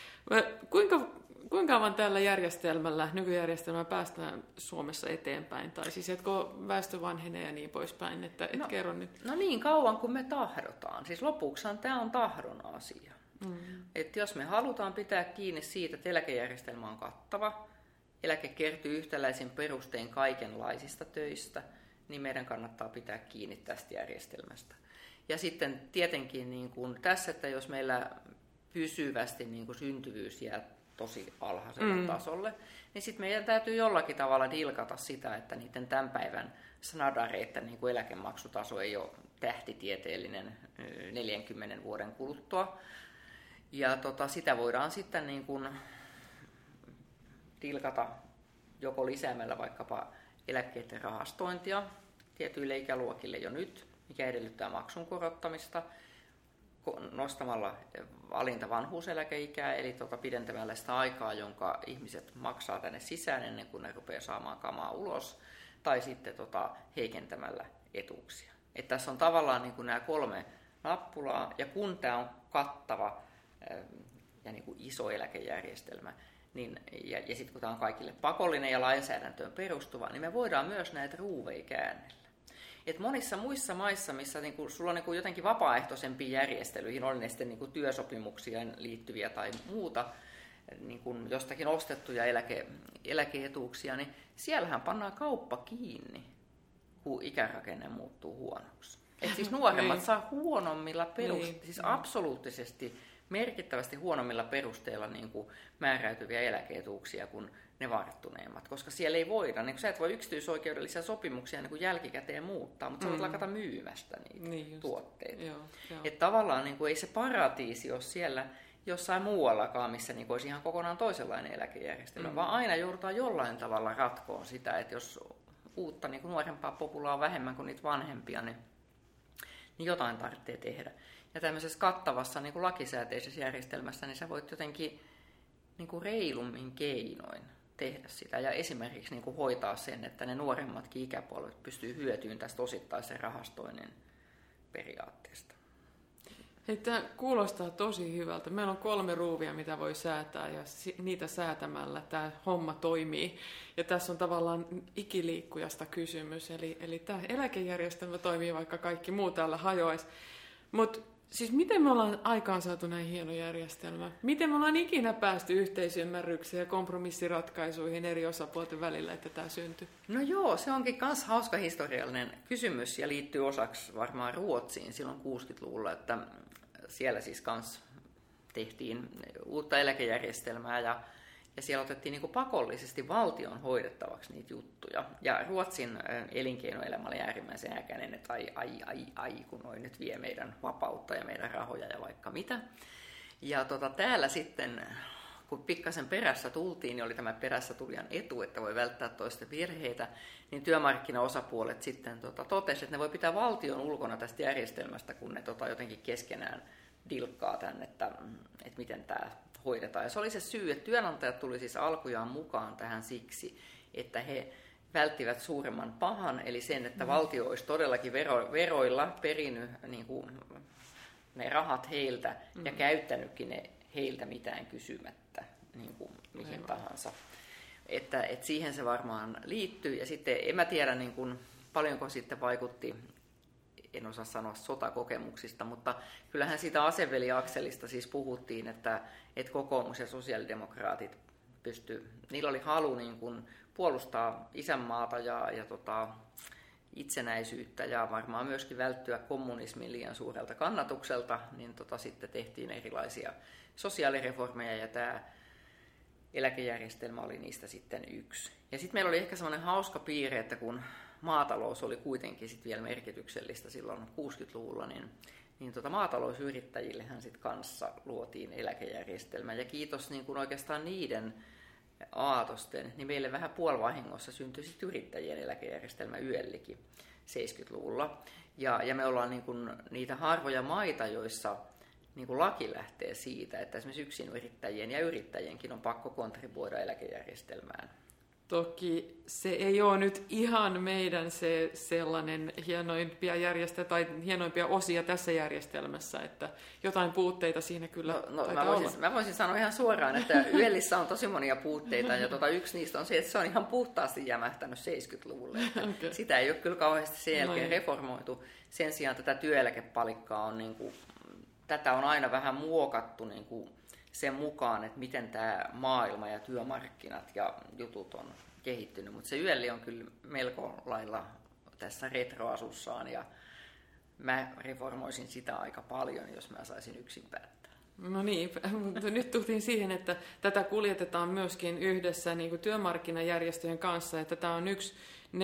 Kuinka kauan tällä järjestelmällä, nykyjärjestelmällä päästään Suomessa eteenpäin? Tai siis, että kun väestö vanhenee ja niin poispäin, että kerro nyt. No niin kauan kuin me tahdotaan. Siis lopuksihan tämä on tahdon asia. Että jos me halutaan pitää kiinni siitä, että eläkejärjestelmä on kattava, eläke kertyy yhtäläisin perustein kaikenlaisista töistä, niin meidän kannattaa pitää kiinni tästä järjestelmästä. Ja sitten tietenkin niin kuin tässä, että jos meillä pysyvästi niin kuin syntyvyys jää tosi alhaiselle tasolle, niin sitten meidän täytyy jollakin tavalla dilkata sitä, että niiden tämän päivän snadareiden niin kuin eläkemaksutaso ei ole tähtitieteellinen 40 vuoden kuluttua. Ja sitä voidaan sitten niin kuin dilkata joko lisäämällä vaikkapa eläkkeiden rahastointia tietyille ikäluokille jo nyt, mikä edellyttää maksun korottamista, nostamalla alinta vanhuuseläkeikää, eli pidentämällä sitä aikaa, jonka ihmiset maksaa tänne sisään ennen kuin ne rupeaa saamaan kamaa ulos, tai sitten heikentämällä etuuksia. Että tässä on tavallaan niin kuin nämä 3 nappulaa, ja kun tämä on kattava ja niin kuin iso eläkejärjestelmä, niin, ja sitten kun tämä on kaikille pakollinen ja lainsäädäntöön perustuva, niin me voidaan myös näitä ruuveja käännellä. Et monissa muissa maissa, missä niinku, sulla on niinku jotenkin vapaaehtoisempia järjestelyihin, oli ne sitten niinku työsopimuksien liittyviä tai muuta, niinku jostakin ostettuja eläkeetuuksia, niin siellähän pannaan kauppa kiinni, kun ikärakenne muuttuu huonoksi. Et siis nuoremmat saa huonommilla perusteilla, siis absoluuttisesti merkittävästi huonommilla perusteilla niin kuin määräytyviä eläkeetuuksia kuin ne varttuneemmat, koska siellä ei voida, niin sä et voi yksityisoikeudellisia sopimuksia niin kuin jälkikäteen muuttaa, mutta sä voit lakata myymästä niitä tuotteita. Joo. Että tavallaan niin kuin ei se paratiisi ole siellä jossain muuallakaan, missä niin kuin olisi ihan kokonaan toisenlainen eläkejärjestelmä, vaan aina joudutaan jollain tavalla ratkoon sitä, että jos uutta niin kuin nuorempaa populaa on vähemmän kuin niitä vanhempia, niin jotain tarvitsee tehdä. Ja tämmöisessä kattavassa niin kuin lakisääteisessä järjestelmässä, niin sä voit jotenkin niin kuin reilummin keinoin tehdä sitä. Ja esimerkiksi niin kuin hoitaa sen, että ne nuoremmatkin ikäpolvet pystyy hyötymään tästä osittaisen rahastoinnin periaatteesta. Hei, tämä kuulostaa tosi hyvältä. Meillä on 3 ruuvia, mitä voi säätää, ja niitä säätämällä tämä homma toimii. Ja tässä on tavallaan ikiliikkujasta kysymys. Eli tämä eläkejärjestelmä toimii, vaikka kaikki muu täällä hajoaisi. Mutta siis miten me ollaan aikaan saatu näin hieno järjestelmä? Miten me ollaan ikinä päästy yhteisymmärrykseen ja kompromissiratkaisuihin eri osapuolten välillä, että tämä syntyi? No joo, se onkin myös hauska historiallinen kysymys ja liittyy osaksi varmaan Ruotsiin silloin 60-luvulla, että siellä siis kanssa tehtiin uutta eläkejärjestelmää ja siellä otettiin niin kuin pakollisesti valtion hoidettavaksi niitä juttuja. Ja Ruotsin elinkeinoelämä oli äärimmäisen äkäinen, että ai, kun noi nyt vie meidän vapautta ja meidän rahoja ja vaikka mitä. Ja täällä sitten, kun pikkasen perässä tultiin, niin oli tämä perässä tulijan etu, että voi välttää toisten virheitä, niin työmarkkinaosapuolet sitten totesi, että ne voi pitää valtion ulkona tästä järjestelmästä, kun ne jotenkin keskenään dilkkaa tänne, että miten tämä hoidetaan. Ja se oli se syy, että työnantajat tuli siis alkujaan mukaan tähän siksi, että he välttivät suuremman pahan, eli sen, että valtio olisi todellakin veroilla perinyt niin kuin ne rahat heiltä ja käyttänytkin ne heiltä mitään kysymättä niin kuin mihin tahansa. Että siihen se varmaan liittyy. Ja sitten en mä tiedä niin kuin, paljonko sitten vaikutti, en osaa sanoa sotakokemuksista, mutta kyllähän siitä aseveliakselista siis puhuttiin, että kokoomus ja sosiaalidemokraatit niillä oli halu niin kuin puolustaa isänmaata ja itsenäisyyttä ja varmaan myöskin välttyä kommunismin liian suurelta kannatukselta, niin sitten tehtiin erilaisia sosiaalireformeja ja tämä eläkejärjestelmä oli niistä sitten yksi. Ja sitten meillä oli ehkä semmoinen hauska piirre, että kun maatalous oli kuitenkin sit vielä merkityksellistä silloin 60-luvulla, niin maatalousyrittäjillehän sitten kanssa luotiin eläkejärjestelmä. Ja kiitos niin kun oikeastaan niiden aatosten, niin meille vähän puolivahingossa syntyi sitten yrittäjien eläkejärjestelmä YELlikin 70-luvulla. Ja me ollaan niin kun niitä harvoja maita, joissa niin kun laki lähtee siitä, että esimerkiksi yksinyrittäjien ja yrittäjienkin on pakko kontribuoida eläkejärjestelmään. Toki se ei ole nyt ihan meidän se sellainen hienoimpia osia tässä järjestelmässä, että jotain puutteita siinä kyllä mä voisin sanoa ihan suoraan, että YELissä on tosi monia puutteita ja yksi niistä on se, että se on ihan puhtaasti jämähtänyt 70-luvulle. Okay. Sitä ei ole kyllä kauheasti sen jälkeen reformoitu. Sen sijaan tätä työeläkepalikkaa on, tätä on aina vähän muokattu sen mukaan, että miten tämä maailma ja työmarkkinat ja jutut on kehittynyt. Mutta se YEL on kyllä melko lailla tässä retroasussaan ja mä reformoisin sitä aika paljon, jos mä saisin yksin päättää. No niin, mutta nyt tultiin siihen, että tätä kuljetetaan myöskin yhdessä niin kuin työmarkkinajärjestöjen kanssa, että tämä on yksi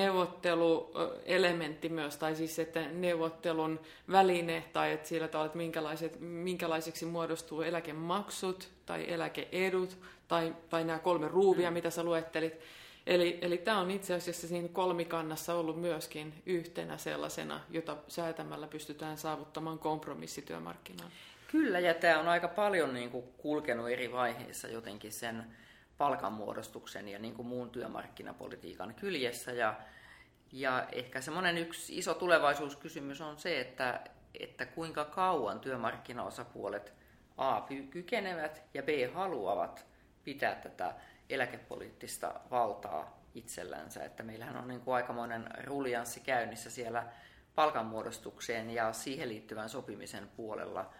neuvotteluelementti myös, tai siis että neuvottelun väline, tai että sillä tavalla, että minkälaisiksi muodostuu eläkemaksut tai eläkeedut, tai nämä 3 ruuvia, mitä sä luettelit. Eli tämä on itse asiassa siinä kolmikannassa ollut myöskin yhtenä sellaisena, jota säätämällä pystytään saavuttamaan kompromissi työmarkkinaan. Kyllä, ja tämä on aika paljon niin kuin kulkenut eri vaiheissa jotenkin sen palkanmuodostuksen ja niin kuin muun työmarkkinapolitiikan kyljessä. Ja ehkä semmoinen yksi iso tulevaisuuskysymys on se, että kuinka kauan työmarkkinaosapuolet A kykenevät ja B haluavat pitää tätä eläkepoliittista valtaa itsellänsä. Että meillähän on niin kuin aikamoinen ruljanssi käynnissä siellä palkanmuodostukseen ja siihen liittyvän sopimisen puolella.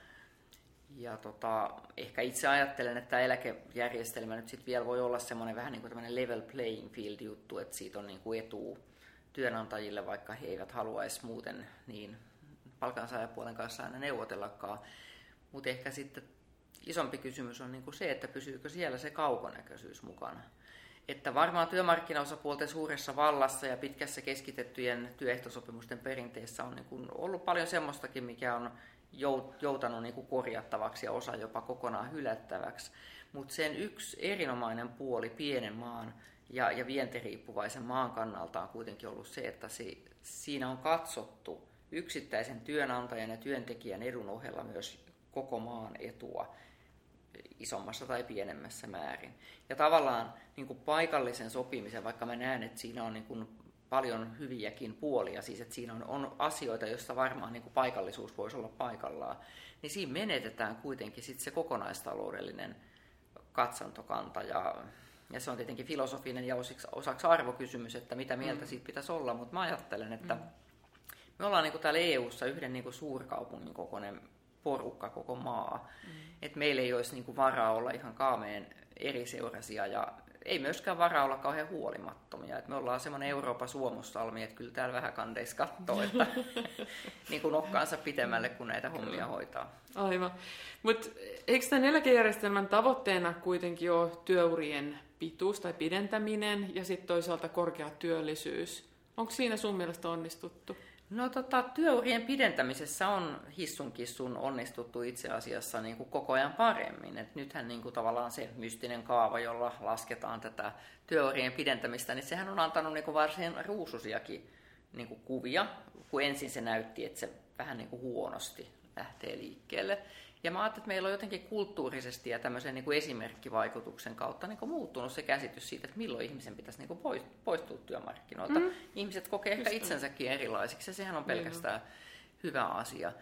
Ja ehkä itse ajattelen, että tämä eläkejärjestelmä nyt sitten vielä voi olla semmoinen vähän niin kuin tämmöinen level playing field juttu, että siitä on niin kuin etu työnantajille, vaikka he eivät haluaisi muuten niin palkansaajapuolen kanssa aina neuvotellakaan. Mutta ehkä sitten isompi kysymys on niin kuin se, että pysyykö siellä se kaukonäköisyys mukana. Että varmaan työmarkkinaosapuolten suuressa vallassa ja pitkässä keskitettyjen työehtosopimusten perinteessä on niin kuin ollut paljon semmoistakin, mikä on joutanut niin kuin korjattavaksi ja osa jopa kokonaan hylättäväksi. Mutta sen yksi erinomainen puoli pienen maan ja vientiriippuvaisen maan kannalta on kuitenkin ollut se, että siinä on katsottu yksittäisen työnantajan ja työntekijän edun ohella myös koko maan etua isommassa tai pienemmässä määrin. Ja tavallaan niin kuin paikallisen sopimisen, vaikka mä näen, että siinä on niin kuin paljon hyviäkin puolia, siis että siinä on asioita, joista varmaan niin kuin paikallisuus voisi olla paikallaan, niin siinä menetetään kuitenkin sit se kokonaistaloudellinen katsantokanta, ja se on tietenkin filosofinen ja osaksi arvokysymys, että mitä mieltä siitä pitäisi olla, mutta mä ajattelen, että me ollaan niin kuin täällä EU:ssa yhden niin kuin suurkaupungin kokoinen porukka, koko maa, että meillä ei olisi niin kuin varaa olla ihan kaameen eriseuraisia ja ei myöskään varaa olla kauhean huolimattomia. Et me ollaan semmoinen Euroopan Suomussalmi, että kyllä täällä vähän kandeissa katsoo, että niin kuin nokkaansa pitemmälle, kun näitä hommia hoitaa. Aivan. Mutta eikö tämän eläkejärjestelmän tavoitteena kuitenkin ole työurien pituus tai pidentäminen ja sitten toisaalta korkea työllisyys? Onko siinä sun mielestä onnistuttu? No työurien pidentämisessä on hissun kissun onnistuttu itse asiassa niin kuin koko ajan paremmin. Et nythän niin kuin tavallaan se mystinen kaava, jolla lasketaan tätä työurien pidentämistä, niin sehän on antanut niin kuin varsin ruususiakin niin kuin kuvia, kun ensin se näytti, että se vähän niin kuin huonosti lähtee liikkeelle. Ja mä ajattelin, että meillä on jotenkin kulttuurisesti ja tämmöisen niin kuin esimerkkivaikutuksen kautta niin kuin muuttunut se käsitys siitä, että milloin ihmisen pitäisi niin kuin poistua työmarkkinoilta. Ihmiset kokee ehkä itsensäkin erilaisiksi ja sehän on pelkästään hyvä asia.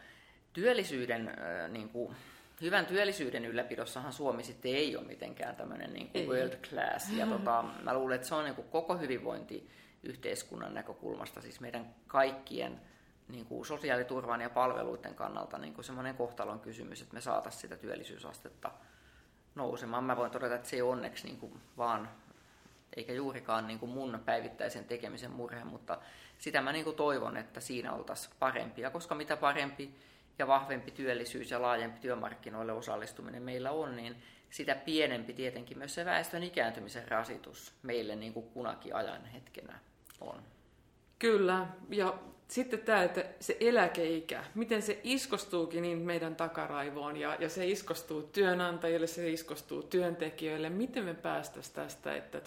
Hyvän työllisyyden ylläpidossahan Suomi sitten ei ole mitenkään tämmöinen niin kuin world class. Ja mä luulen, että se on niin kuin koko hyvinvointiyhteiskunnan näkökulmasta, siis meidän kaikkien niin kuin sosiaaliturvan ja palveluiden kannalta niin kuin semmoinen kohtalon kysymys, että me saataisiin sitä työllisyysastetta nousemaan. Mä voin todeta, että se ei onneksi niin kuin vaan, eikä juurikaan niin kuin mun päivittäisen tekemisen murhe, mutta sitä mä niin kuin toivon, että siinä oltaisiin parempia, koska mitä parempi ja vahvempi työllisyys ja laajempi työmarkkinoille osallistuminen meillä on, niin sitä pienempi tietenkin myös se väestön ikääntymisen rasitus meille niin kuin kunakin ajan hetkenä on. Kyllä, ja sitten tämä, että se eläkeikä, miten se iskostuukin niin meidän takaraivoon ja se iskostuu työnantajille, se iskostuu työntekijöille. Miten me päästäisiin tästä, että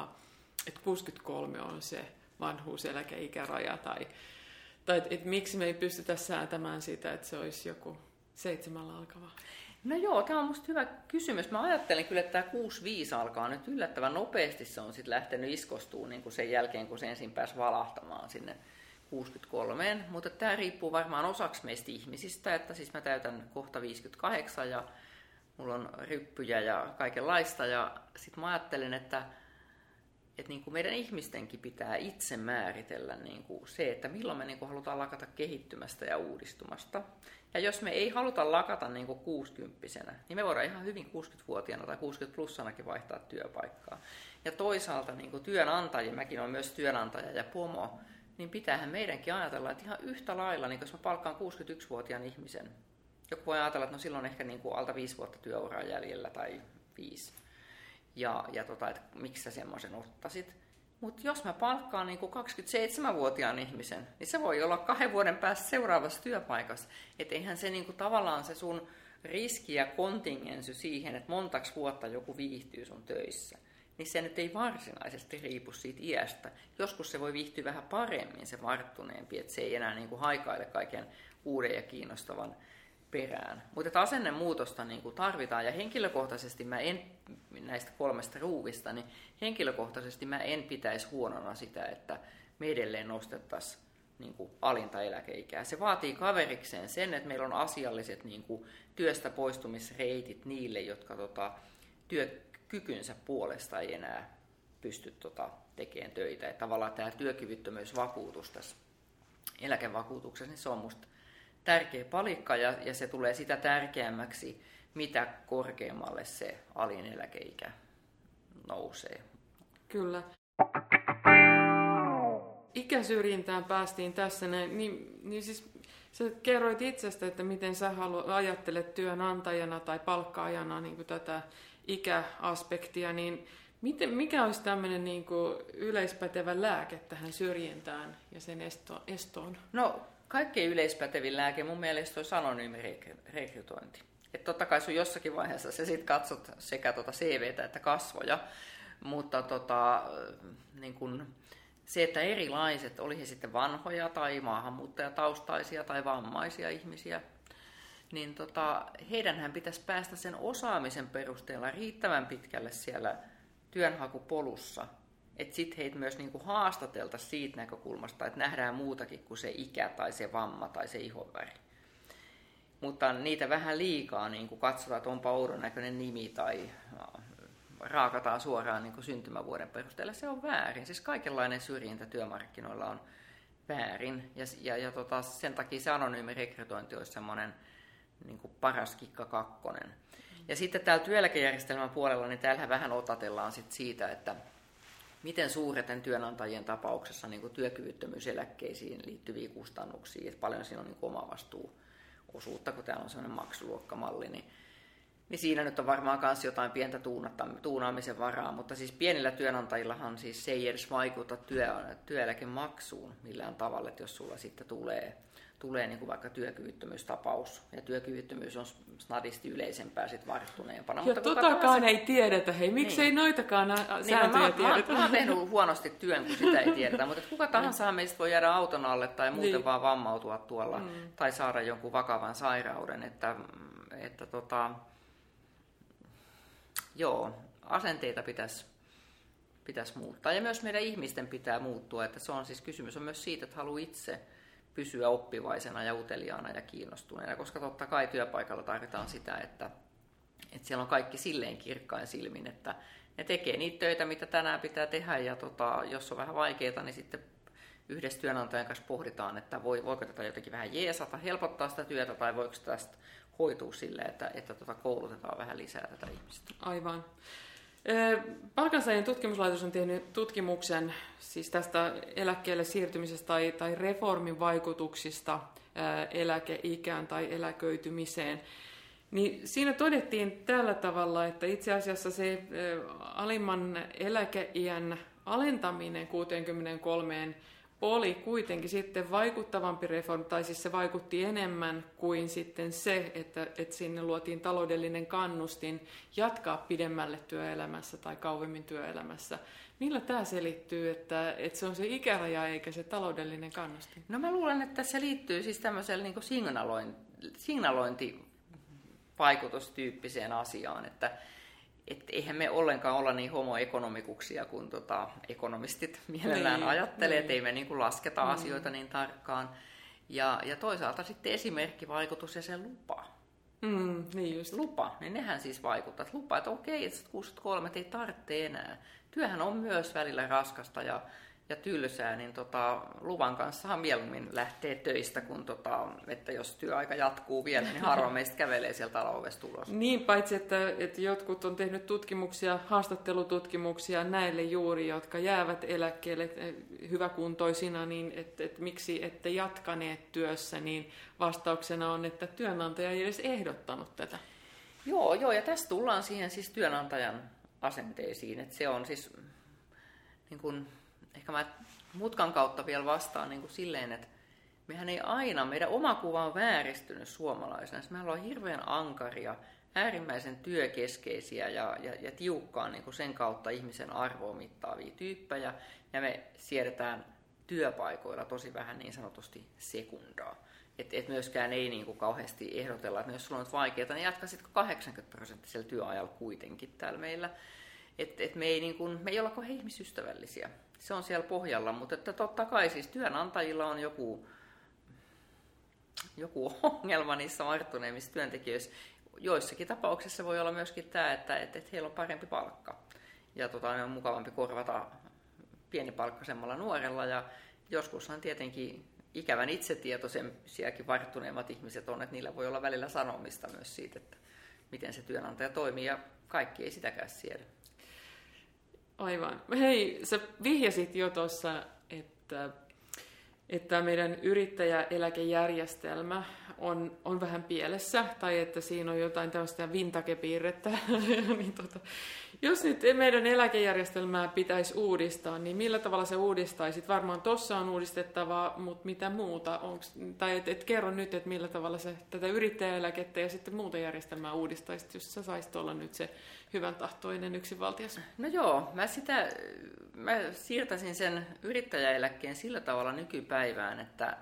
63 on se vanhuuseläkeikäraja tai että miksi me ei pystytä säätämään sitä, että se olisi joku 7 alkava? No joo, tämä on musta hyvä kysymys. Mä ajattelen kyllä, että tämä 65 alkaa nyt yllättävän nopeasti. Se on sitten lähtenyt iskostumaan niin kuin sen jälkeen, kun se ensin pääsi valahtamaan sinne 63. Mutta tämä riippuu varmaan osaksi meistä ihmisistä, että siis mä täytän kohta 58 ja mulla on ryppyjä ja kaikenlaista. Ja sitten mä ajattelen, että että niin kuin meidän ihmistenkin pitää itse määritellä niin kuin se, että milloin me niin kuin halutaan lakata kehittymästä ja uudistumasta. Ja jos me ei haluta lakata niin kuin 60-vuotiaana, niin me voidaan ihan hyvin 60-vuotiaana tai 60-plussanakin vaihtaa työpaikkaa. Ja toisaalta niin kuin työnantajia, mäkin olen myös työnantaja ja pomo, niin pitäähän meidänkin ajatella, että ihan yhtä lailla, niin jos mä palkkaan 61-vuotiaan ihmisen, joku voi ajatella, että no silloin ehkä niin kuin alta 5 vuotta työuraa jäljellä tai 5. Että miksi sä semmoisen ottaisit. Mutta jos mä palkkaan niin kuin 27-vuotiaan ihmisen, niin se voi olla 2 vuoden päästä seuraavassa työpaikassa. Että eihän se niin kuin, tavallaan se sun riski ja kontingensy siihen, että montaks vuotta joku viihtyy sun töissä, niin se nyt ei varsinaisesti riipu siitä iästä. Joskus se voi viihtyä vähän paremmin, se varttuneempi, että se ei enää niin kuin haikaile kaiken uuden ja kiinnostavan perään. Mutta asennemuutosta niin kuin tarvitaan, ja henkilökohtaisesti mä en, näistä 3 ruuvista, niin henkilökohtaisesti mä en pitäisi huonona sitä, että me edelleen nostettaisiin niin kuin alinta eläkeikää. Se vaatii kaverikseen sen, että meillä on asialliset niin kuin työstä poistumisreitit niille, jotka työkykynsä puolesta ei enää pysty tekemään töitä. Että tavallaan tämä työkyvyttömyysvakuutus tässä eläkevakuutuksessa, niin se on musta tärkeä palikka, ja se tulee sitä tärkeämmäksi, mitä korkeammalle se alin eläkeikä nousee. Kyllä. Ikäsyrjintään päästiin tässä, niin siis sä kerroit itsestä, että miten sä ajattelet työnantajana tai palkkaajana niin kuin tätä ikäaspektia, niin mikä olisi tämmöinen niin kuin yleispätevä lääke tähän syrjintään ja sen estoon? No, kaikkein yleispätevin lääke mun mielestä olisi anonyymi rekrytointi. Että totta kai sun jossakin vaiheessa sä sit katsot sekä CVtä että kasvoja, mutta niin kun se, että erilaiset, oli he sitten vanhoja tai maahanmuuttajataustaisia tai vammaisia ihmisiä, niin heidänhän pitäisi päästä sen osaamisen perusteella riittävän pitkälle siellä työnhakupolussa, että sitten heitä myös niinku haastateltaisiin siitä näkökulmasta, että nähdään muutakin kuin se ikä tai se vamma tai se ihonväri. Mutta niitä vähän liikaa niinku katsotaan, että onpa oudon näköinen nimi tai raakataan suoraan niinku syntymävuoden perusteella. Se on väärin. Siis kaikenlainen syrjintä työmarkkinoilla on väärin. Ja sen takia se anonyymi rekrytointi olisi semmoinen niinku paras kikka 2. Ja sitten täällä työeläkejärjestelmän puolella, niin täällähän vähän otatellaan sit siitä, että miten suureten työnantajien tapauksessa niin kuin työkyvyttömyyseläkkeisiin liittyviä kustannuksia, että paljon siinä on niin kuin omavastuuosuutta, kun täällä on sellainen maksuluokkamalli, niin siinä nyt on varmaan myös jotain pientä tuunaamisen varaa, mutta siis pienillä työnantajillahan siis se ei edes vaikuta työeläkemaksuun millään tavalla, että jos sulla sitten tulee niin kuin vaikka työkyvyttömyystapaus, ja työkyvyttömyys on snadisti yleisempää sit varttuneempana. Ja totakaan ei tiedetä, hei, miksei noitakaan sääntöjä tiedetä? Mä oon tehnyt huonosti työn, kun sitä ei tiedetä, mutta kuka tahansa meistä voi jäädä auton alle tai muuten vaan vammautua tuolla, tai saada jonkun vakavan sairauden, että joo, asenteita pitäisi muuttaa, ja myös meidän ihmisten pitää muuttua, että se on siis kysymys on myös siitä, että haluaa itse pysyä oppivaisena ja uteliaana ja kiinnostuneena, koska totta kai työpaikalla tarvitaan sitä, että siellä on kaikki silleen kirkkain silmin, että ne tekee niitä töitä, mitä tänään pitää tehdä, ja jos on vähän vaikeaa, niin sitten yhdessä työnantajan kanssa pohditaan, että voiko tätä jotenkin vähän jeesata, helpottaa sitä työtä, tai voiko tästä hoitua silleen, että koulutetaan vähän lisää tätä ihmistä. Aivan. Palkansaajien tutkimuslaitos on tehnyt tutkimuksen siis tästä eläkkeelle siirtymisestä tai reformin vaikutuksista eläkeikään tai eläköitymiseen. Niin siinä todettiin tällä tavalla, että itse asiassa se alimman eläkeiän alentaminen 63 oli kuitenkin sitten vaikuttavampi reformi, tai siis se vaikutti enemmän kuin sitten se, että sinne luotiin taloudellinen kannustin jatkaa pidemmälle työelämässä tai kauemmin työelämässä. Millä tämä selittyy, että se on se ikäraja eikä se taloudellinen kannustin? No mä luulen, että se liittyy siis tämmöiselle niin kuin signalointivaikutustyyppiseen asiaan, että eihän me ollenkaan olla niin homoekonomikuksia kuin ekonomistit mielellään ajattelee, että ei me niin kuin lasketa asioita niin tarkkaan. Ja toisaalta sitten esimerkkivaikutus ja sen lupa. Niin just. Lupa, niin nehän siis vaikuttaa. Lupa, että okei, että 63 ei tarvitse enää. Työhän on myös välillä raskasta ja tylsää, niin luvan kanssahan mieluummin lähtee töistä, kun että jos työaika jatkuu vielä, niin harva meistä kävelee sieltä alaovesta ulos. Niin, paitsi että jotkut on tehnyt tutkimuksia, haastattelututkimuksia näille juuri, jotka jäävät eläkkeelle hyväkuntoisina, niin että miksi ette jatkaneet työssä, niin vastauksena on, että työnantaja ei edes ehdottanut tätä. Joo, ja tässä tullaan siihen siis työnantajan asenteisiin, että se on siis niin kuin, ehkä mä mutkan kautta vielä vastaan niin kuin silleen, että mehän ei aina, meidän oma kuva on vääristynyt suomalaisena. Me ollaan hirveän ankaria, äärimmäisen työkeskeisiä ja tiukkaan niin kuin sen kautta ihmisen arvoa mittaavia tyyppejä. Ja me siedetään työpaikoilla tosi vähän niin sanotusti sekundaa. Et myöskään ei niin kuin kauheasti ehdotella, että jos sulla on vaikeaa, niin jatkaisitko 80% työajalla kuitenkin täällä meillä. Me ei olla kovin ihmisystävällisiä. Se on siellä pohjalla, mutta että totta kai siis työnantajilla on joku ongelma niissä varttuneemmissa työntekijöissä. Joissakin tapauksissa voi olla myöskin tämä, että heillä on parempi palkka. Ja on mukavampi korvata pienipalkkaisemmalla nuorella. Ja joskushan tietenkin ikävän itsetietoisiakin varttuneemmat ihmiset on, että niillä voi olla välillä sanomista myös siitä, että miten se työnantaja toimii. Ja kaikki ei sitäkään siedä. Aivan. Hei, sä vihjasit jo tuossa, että meidän yrittäjäeläkejärjestelmä on vähän pielessä, tai että siinä on jotain tällaista vintakepiirrettä. Niin jos nyt meidän eläkejärjestelmää pitäisi uudistaa, niin millä tavalla se uudistaisit? Varmaan tuossa on uudistettavaa, mutta mitä muuta? Tai kerro nyt, että millä tavalla se tätä yrittäjäeläkettä ja sitten muuta järjestelmää uudistaisit, jos sä saisit olla nyt se hyvän tahtoinen yksinvaltias. No joo, mä siirtäisin sen yrittäjäeläkkeen sillä tavalla nykypäivään, että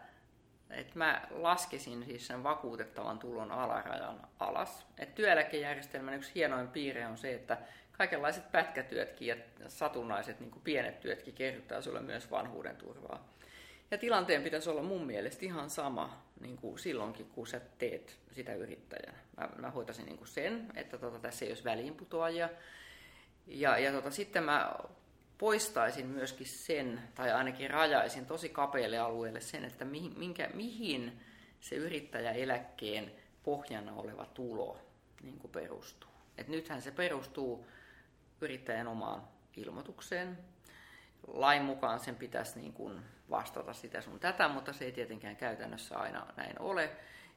mä laskesin siis sen vakuutettavan tulon alarajan alas. Et työeläkejärjestelmän yksi hienoin piirre on se, että kaikenlaiset pätkätyötkin ja satunnaiset niin kuin pienet työtkin kerryttää sulle myös vanhuuden turvaa. Ja tilanteen pitäisi olla mun mielestä ihan sama niin kuin silloinkin, kun sä teet sitä yrittäjänä. Mä hoitaisin niin kuin sen, että tässä ei olisi väliinputoajia. Ja sitten mä poistaisin myöskin sen, tai ainakin rajaisin tosi kapealle alueelle sen, että mihin se yrittäjäeläkkeen pohjana oleva tulo niin kuin perustuu. Et nythän se perustuu yrittäjän omaan ilmoitukseen. Lain mukaan sen pitäisi niin kuin vastata sitä sun tätä, mutta se ei tietenkään käytännössä aina näin ole.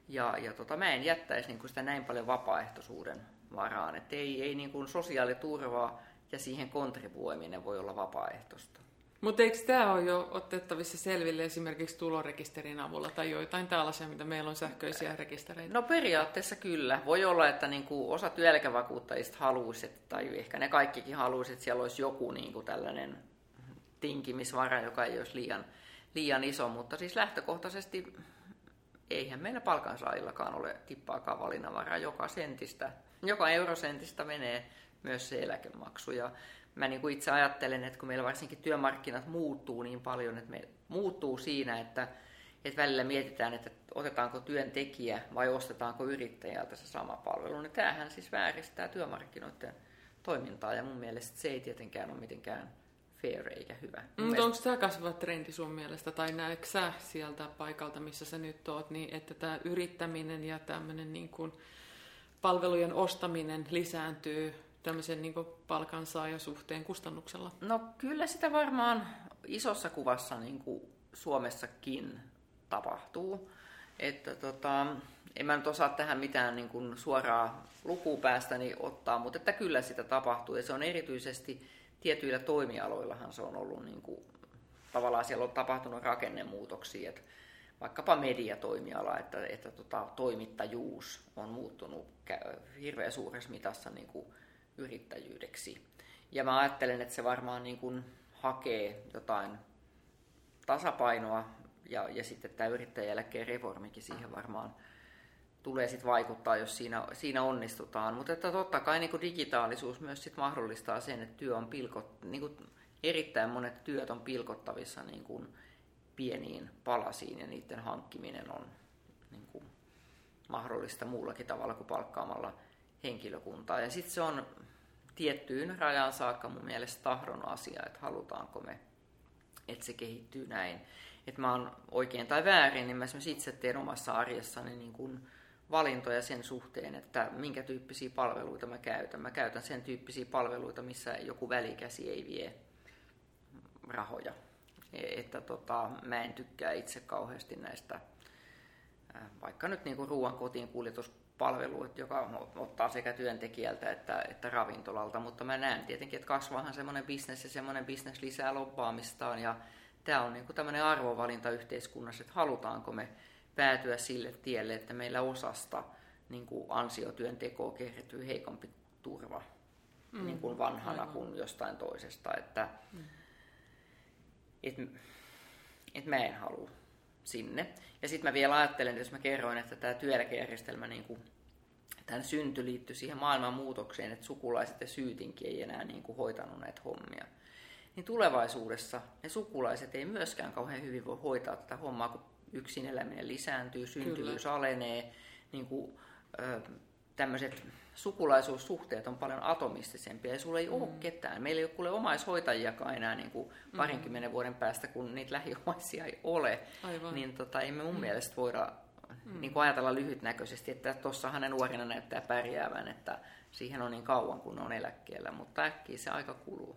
Mä en jättäisi niin kuin sitä näin paljon vapaaehtoisuuden varaan, että ei niin kuin sosiaaliturvaa ja siihen kontribuoiminen voi olla vapaaehtoista. Mutta eikö tämä ole jo otettavissa selville esimerkiksi tulorekisterin avulla tai joitain tällaisia, mitä meillä on sähköisiä rekistereitä? No periaatteessa kyllä. Voi olla, että niinku osa työeläkevakuuttajista haluaisi, tai ehkä ne kaikkikin haluaisi, että siellä olisi joku niinku tällainen tinkimisvara, joka ei olisi liian iso, mutta siis lähtökohtaisesti eihän meillä palkansaajillakaan ole tippaakaan valinnanvaraa. Joka eurosentistä menee myös se eläkemaksu. Ja mä niin kuin itse ajattelen, että kun meillä varsinkin työmarkkinat muuttuu niin paljon, että me muuttuu siinä, että välillä mietitään, että otetaanko työntekijä vai ostetaanko yrittäjältä se sama palvelu, niin tämähän siis vääristää työmarkkinoiden toimintaa ja mun mielestä se ei tietenkään ole mitenkään fair eikä hyvä. Mutta onko tämä kasvava trendi sun mielestä, tai näetkö sä sieltä paikalta, missä sä nyt oot, niin että tämä yrittäminen ja tämmöinen niin kuin palvelujen ostaminen lisääntyy tämmöisen niin kuin palkansaajasuhteen kustannuksella? No kyllä sitä varmaan isossa kuvassa niin kuin Suomessakin tapahtuu. Että en mä nyt osaa tähän mitään niin kuin suoraa lukua päästäni ottaa, mutta että kyllä sitä tapahtuu. Ja se on erityisesti tietyillä toimialoillahan se on ollut, niin kuin, tavallaan siellä on tapahtunut rakennemuutoksia. Että vaikkapa mediatoimiala, että toimittajuus on muuttunut hirveän suuressa mitassa niin kuin yrittäjyydeksi. Ja mä ajattelen, että se varmaan niin kuin hakee jotain tasapainoa ja sitten tämä yrittäjäeläkkeen reformikin siihen varmaan tulee sitten vaikuttaa, jos siinä onnistutaan. Mutta että totta kai niin kuin digitaalisuus myös sit mahdollistaa sen, että työ on niin kuin erittäin monet työt on pilkottavissa niin kuin pieniin palasiin ja niiden hankkiminen on niin kuin mahdollista muullakin tavalla kuin palkkaamalla henkilökuntaa. Ja sitten se on tiettyyn rajaan saakka mun mielestä tahdon asia, että halutaanko me, että se kehittyy näin. Että mä oon oikein tai väärin, niin mä esimerkiksi itse teen omassa arjessani niin kuin valintoja sen suhteen, että minkä tyyppisiä palveluita mä käytän. Mä käytän sen tyyppisiä palveluita, missä joku välikäsi ei vie rahoja. Että mä en tykkää itse kauheasti näistä, vaikka nyt niin kuin ruoan kotiin kuljetuspalveluita, joka ottaa sekä työntekijältä että ravintolalta, mutta mä näen tietenkin, että kasvaahan semmoinen bisnes ja semmoinen bisnes lisää lobbaamistaan ja tämä on niin kuin tämmöinen arvovalinta yhteiskunnassa, että halutaanko me päätyä sille tielle, että meillä osasta niin kuin ansiotyöntekoa kertyy heikompi turva niin kuin vanhana kuin jostain toisesta. Että mä en halua sinne. Ja sitten mä vielä ajattelen, että jos mä kerroin, että tämä työeläkejärjestelmä, niin kuin, tämän synty liittyy siihen maailman muutokseen, että sukulaiset ja syytinkin ei enää niin kuin hoitanut näitä hommia. Niin tulevaisuudessa ne sukulaiset ei myöskään kauhean hyvin voi hoitaa tätä hommaa, kun yksin eläminen lisääntyy, syntyvyys alenee, niin kuin, tämmöiset sukulaisuussuhteet on paljon atomistisempia ja sulla ei ole ketään. Meillä ei ole kuule omaishoitajiakaan enää niin kuin parinkymmenen vuoden päästä, kun niitä lähiomaisia ei ole. Aivan. Niin ei me mun mielestä voida niin kuin ajatella lyhytnäköisesti, että tossahan ne nuorina näyttää pärjäävän, että siihen on niin kauan kun on eläkkeellä, mutta äkkiä se aika kuluu.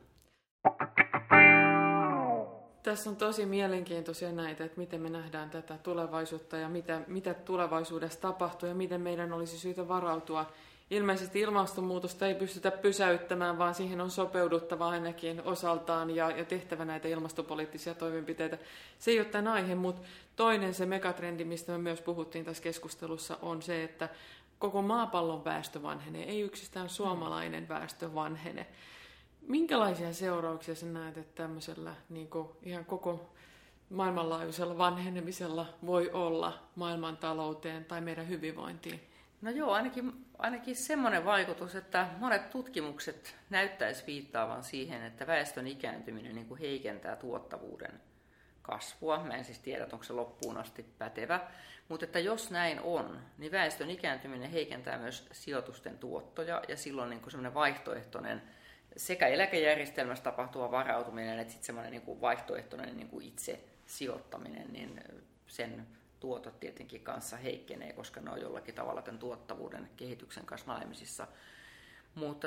Tässä on tosi mielenkiintoisia näitä, että miten me nähdään tätä tulevaisuutta ja mitä tulevaisuudessa tapahtuu ja miten meidän olisi syytä varautua. Ilmeisesti ilmastonmuutosta ei pystytä pysäyttämään, vaan siihen on sopeuduttava ainakin osaltaan ja tehtävä näitä ilmastopoliittisia toimenpiteitä. Se ei ole tämän aihe, mutta toinen se megatrendi, mistä me myös puhuttiin tässä keskustelussa, on se, että koko maapallon väestö vanhenee, ei yksistään suomalainen väestö vanhene. Minkälaisia seurauksia sä näet, että tämmöisellä niin kuin ihan koko maailmanlaajuisella vanhenemisella voi olla maailmantalouteen tai meidän hyvinvointiin? No joo, ainakin semmoinen vaikutus, että monet tutkimukset näyttäisi viittaavan siihen, että väestön ikääntyminen niin kuin heikentää tuottavuuden kasvua. Mä en siis tiedä, onko se loppuun asti pätevä, mutta että jos näin on, niin väestön ikääntyminen heikentää myös sijoitusten tuottoja ja silloin niin kuin semmoinen vaihtoehtoinen sekä eläkejärjestelmässä tapahtuva varautuminen että sitten semmoinen niin kuin vaihtoehtoinen niin kuin itse sijoittaminen, niin sen tuotot tietenkin kanssa heikkenee, koska ne on jollakin tavalla tämän tuottavuuden kehityksen kanssa naimisissa. Mutta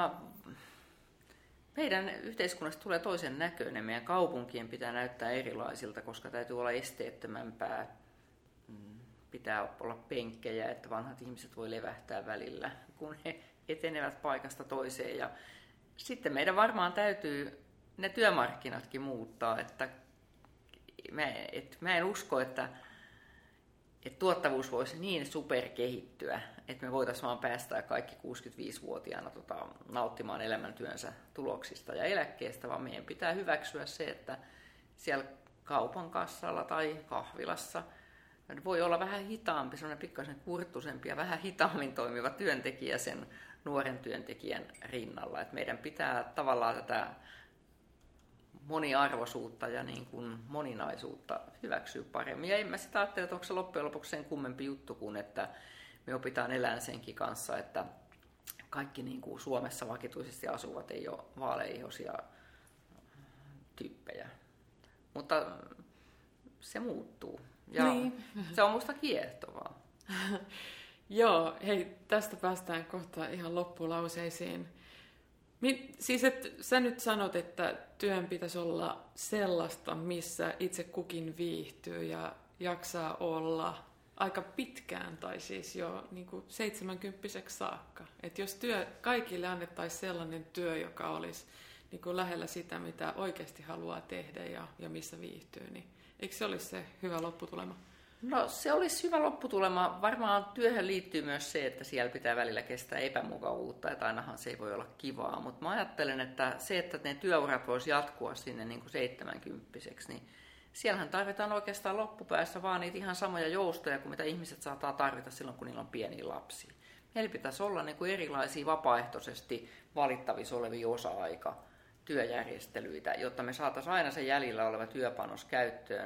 meidän yhteiskunnasta tulee toisen näköinen. Meidän kaupunkien pitää näyttää erilaisilta, koska täytyy olla esteettömämpää. Pitää olla penkkejä, että vanhat ihmiset voi levähtää välillä, kun he etenevät paikasta toiseen. Ja sitten meidän varmaan täytyy ne työmarkkinatkin muuttaa. Että mä en usko, että tuottavuus voisi niin superkehittyä, että me voitaisiin vaan päästää kaikki 65-vuotiaana nauttimaan elämäntyönsä tuloksista ja eläkkeestä, vaan meidän pitää hyväksyä se, että siellä kaupan kassalla tai kahvilassa voi olla vähän hitaampi, sellainen pikkaisen kurttusempi ja vähän hitaammin toimiva työntekijä sen nuoren työntekijän rinnalla. Et meidän pitää tavallaan tätä moniarvoisuutta ja niin kuin moninaisuutta hyväksyä paremmin. Ja en mä sitä ajattele, että onko se loppujen lopuksi sen kummempi juttu kuin, että me opitaan elämään senkin kanssa, että kaikki niin kuin Suomessa vakituisesti asuvat ei ole vaaleihoisia tyyppejä. Mutta se muuttuu ja niin. Se on musta kiehtovaa. Joo, hei, tästä päästään kohta ihan loppulauseisiin. Siis, että sä nyt sanot, että työn pitäisi olla sellaista, missä itse kukin viihtyy ja jaksaa olla aika pitkään, tai siis jo niin kuin 70-vuotiaaksi saakka. Että jos kaikille annettaisiin sellainen työ, joka olisi niin kuin lähellä sitä, mitä oikeasti haluaa tehdä ja missä viihtyy, niin eikö se olisi se hyvä lopputulema? No se olisi hyvä lopputulema. Varmaan työhön liittyy myös se, että siellä pitää välillä kestää epämukavuutta, että ainahan se ei voi olla kivaa. Mutta mä ajattelen, että se, että ne työurat voisi jatkua sinne niin kuin 70-vuotiaaksi, niin siellähän tarvitaan oikeastaan loppupäässä vaan niitä ihan samoja joustoja kuin mitä ihmiset saattaa tarvita silloin, kun niillä on pieniä lapsia. Meillä pitäisi olla niin kuin erilaisia vapaaehtoisesti valittavissa olevia osa-aika työjärjestelyitä, jotta me saataisiin aina se jäljellä oleva työpanos käyttöön,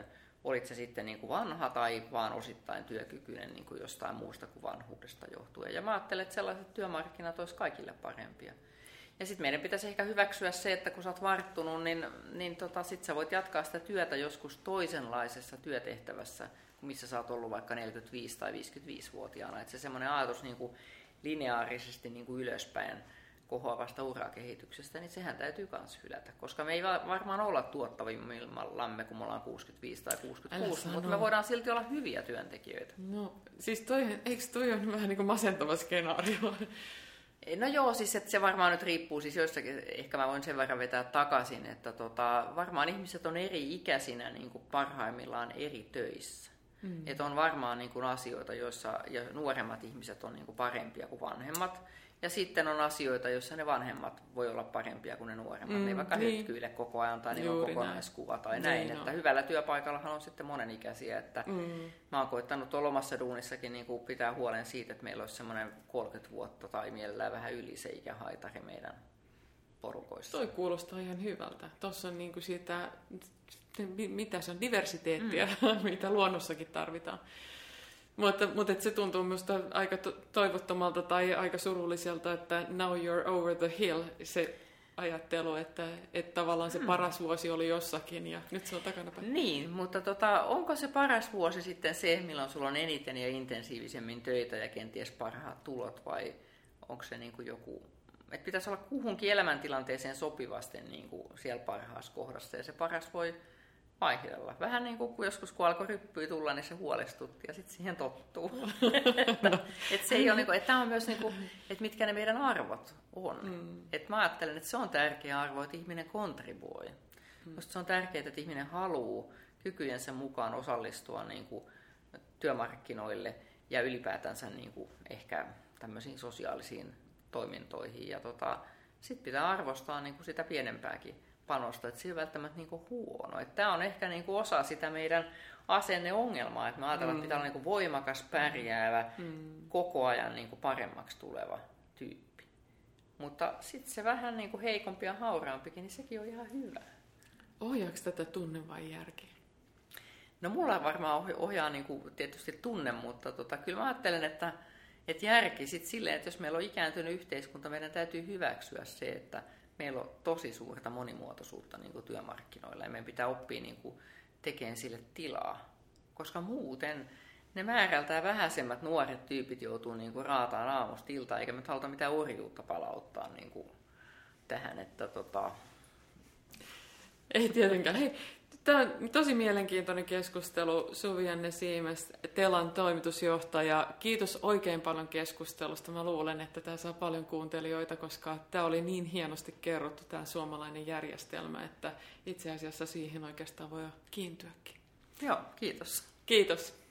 olit se sitten niin kuin vanha tai vaan osittain työkykyinen niin kuin jostain muusta kuin vanhuudesta johtuen. Ja mä ajattelen, että sellaiset työmarkkinat olisi kaikille parempia. Ja sitten meidän pitäisi ehkä hyväksyä se, että kun sä oot varttunut, niin sit sä voit jatkaa sitä työtä joskus toisenlaisessa työtehtävässä, kuin missä sä oot ollut vaikka 45- tai 55-vuotiaana. Että se semmoinen ajatus niin kuin lineaarisesti niin kuin ylöspäin kohoavasta urakehityksestä, niin sehän täytyy myös hylätä. Koska me ei varmaan olla tuottavimmillamme, kun me ollaan 65 tai 66, mutta me voidaan silti olla hyviä työntekijöitä. No, siis eikö toi ole vähän niin kuin masentava skenaario? No joo, siis että se varmaan nyt riippuu, siis joissakin, ehkä mä voin sen verran vetää takaisin, että varmaan ihmiset on eri ikäisinä niin kuin parhaimmillaan eri töissä. Että on varmaan niin kuin asioita, joissa ja nuoremmat ihmiset on niin kuin parempia kuin vanhemmat. Ja sitten on asioita, joissa ne vanhemmat voi olla parempia kuin ne nuoremmat. Ne ei vaikka hötkyile koko ajan tai ne on kokonaiskuva tai näin. Että hyvällä työpaikallahan on sitten monenikäisiä. Että mä oon koittanut tuolla omassa duunissakin niin kuin pitää huolen siitä, että meillä olisi semmoinen 30 vuotta tai mielellään vähän yli se ikähaitari meidän porukoissa. Toi kuulostaa ihan hyvältä. Tuossa on niin kuin siitä, mitä se on, diversiteettiä, mitä luonnossakin tarvitaan. Mutta se tuntuu minusta aika toivottomalta tai aika surulliselta, että now you're over the hill, se ajattelu, että tavallaan se paras vuosi oli jossakin ja nyt se on takanapäin. Niin, mutta onko se paras vuosi sitten se, milloin sulla on eniten ja intensiivisemmin töitä ja kenties parhaat tulot, vai onko se niin kuin joku, että pitäisi olla kuhunkin elämäntilanteeseen sopivasti niin kuin siellä parhaassa kohdassa ja se paras voi vaihdella. Vähän niin kuin joskus, kun alkoi ryppyä tulla, niin se huolestutti ja sitten siihen tottuu. Että se ei ole, että tämä on myös, että mitkä ne meidän arvot on. Että mä ajattelen, että se on tärkeä arvo, että ihminen kontribuoi. Musta se on tärkeää, että ihminen haluaa kykyjensä mukaan osallistua niin kuin työmarkkinoille ja ylipäätänsä niin kuin ehkä tämmöisiin sosiaalisiin toimintoihin. Ja sitten pitää arvostaa niin kuin sitä pienempääkin panosta, että se ei ole välttämättä niinku huono. Tämä on ehkä niinku osa sitä meidän asenneongelmaa, että me ajatellaan, että pitää olla niinku voimakas, pärjäävä, koko ajan niinku paremmaksi tuleva tyyppi. Mutta sitten se vähän niinku heikompi ja hauraampikin, niin sekin on ihan hyvä. Ohjaako tätä tunne vai järki? No mulla varmaan ohjaa niinku tietysti tunne, mutta kyllä mä ajattelen, että järki sitten silleen, että jos meillä on ikääntynyt yhteiskunta, meidän täytyy hyväksyä se, että meillä on tosi suurta monimuotoisuutta niin kuin työmarkkinoilla ja meidän pitää oppia niin kuin tekemään sille tilaa, koska muuten ne määrältään vähäisemmät nuoret tyypit joutuu niin kuin raataan aamusta iltaan, eikä me haluta mitään orjuutta palauttaa niin kuin tähän. Että Ei tietenkään. Hei, tämä on tosi mielenkiintoinen keskustelu. Suvi-Janne Siimes, Telan toimitusjohtaja. Kiitos oikein paljon keskustelusta. Mä luulen, että tämä saa paljon kuuntelijoita, koska tämä oli niin hienosti kerrottu, tämä suomalainen järjestelmä, että itse asiassa siihen oikeastaan voi kiintyäkin. Joo, kiitos. Kiitos.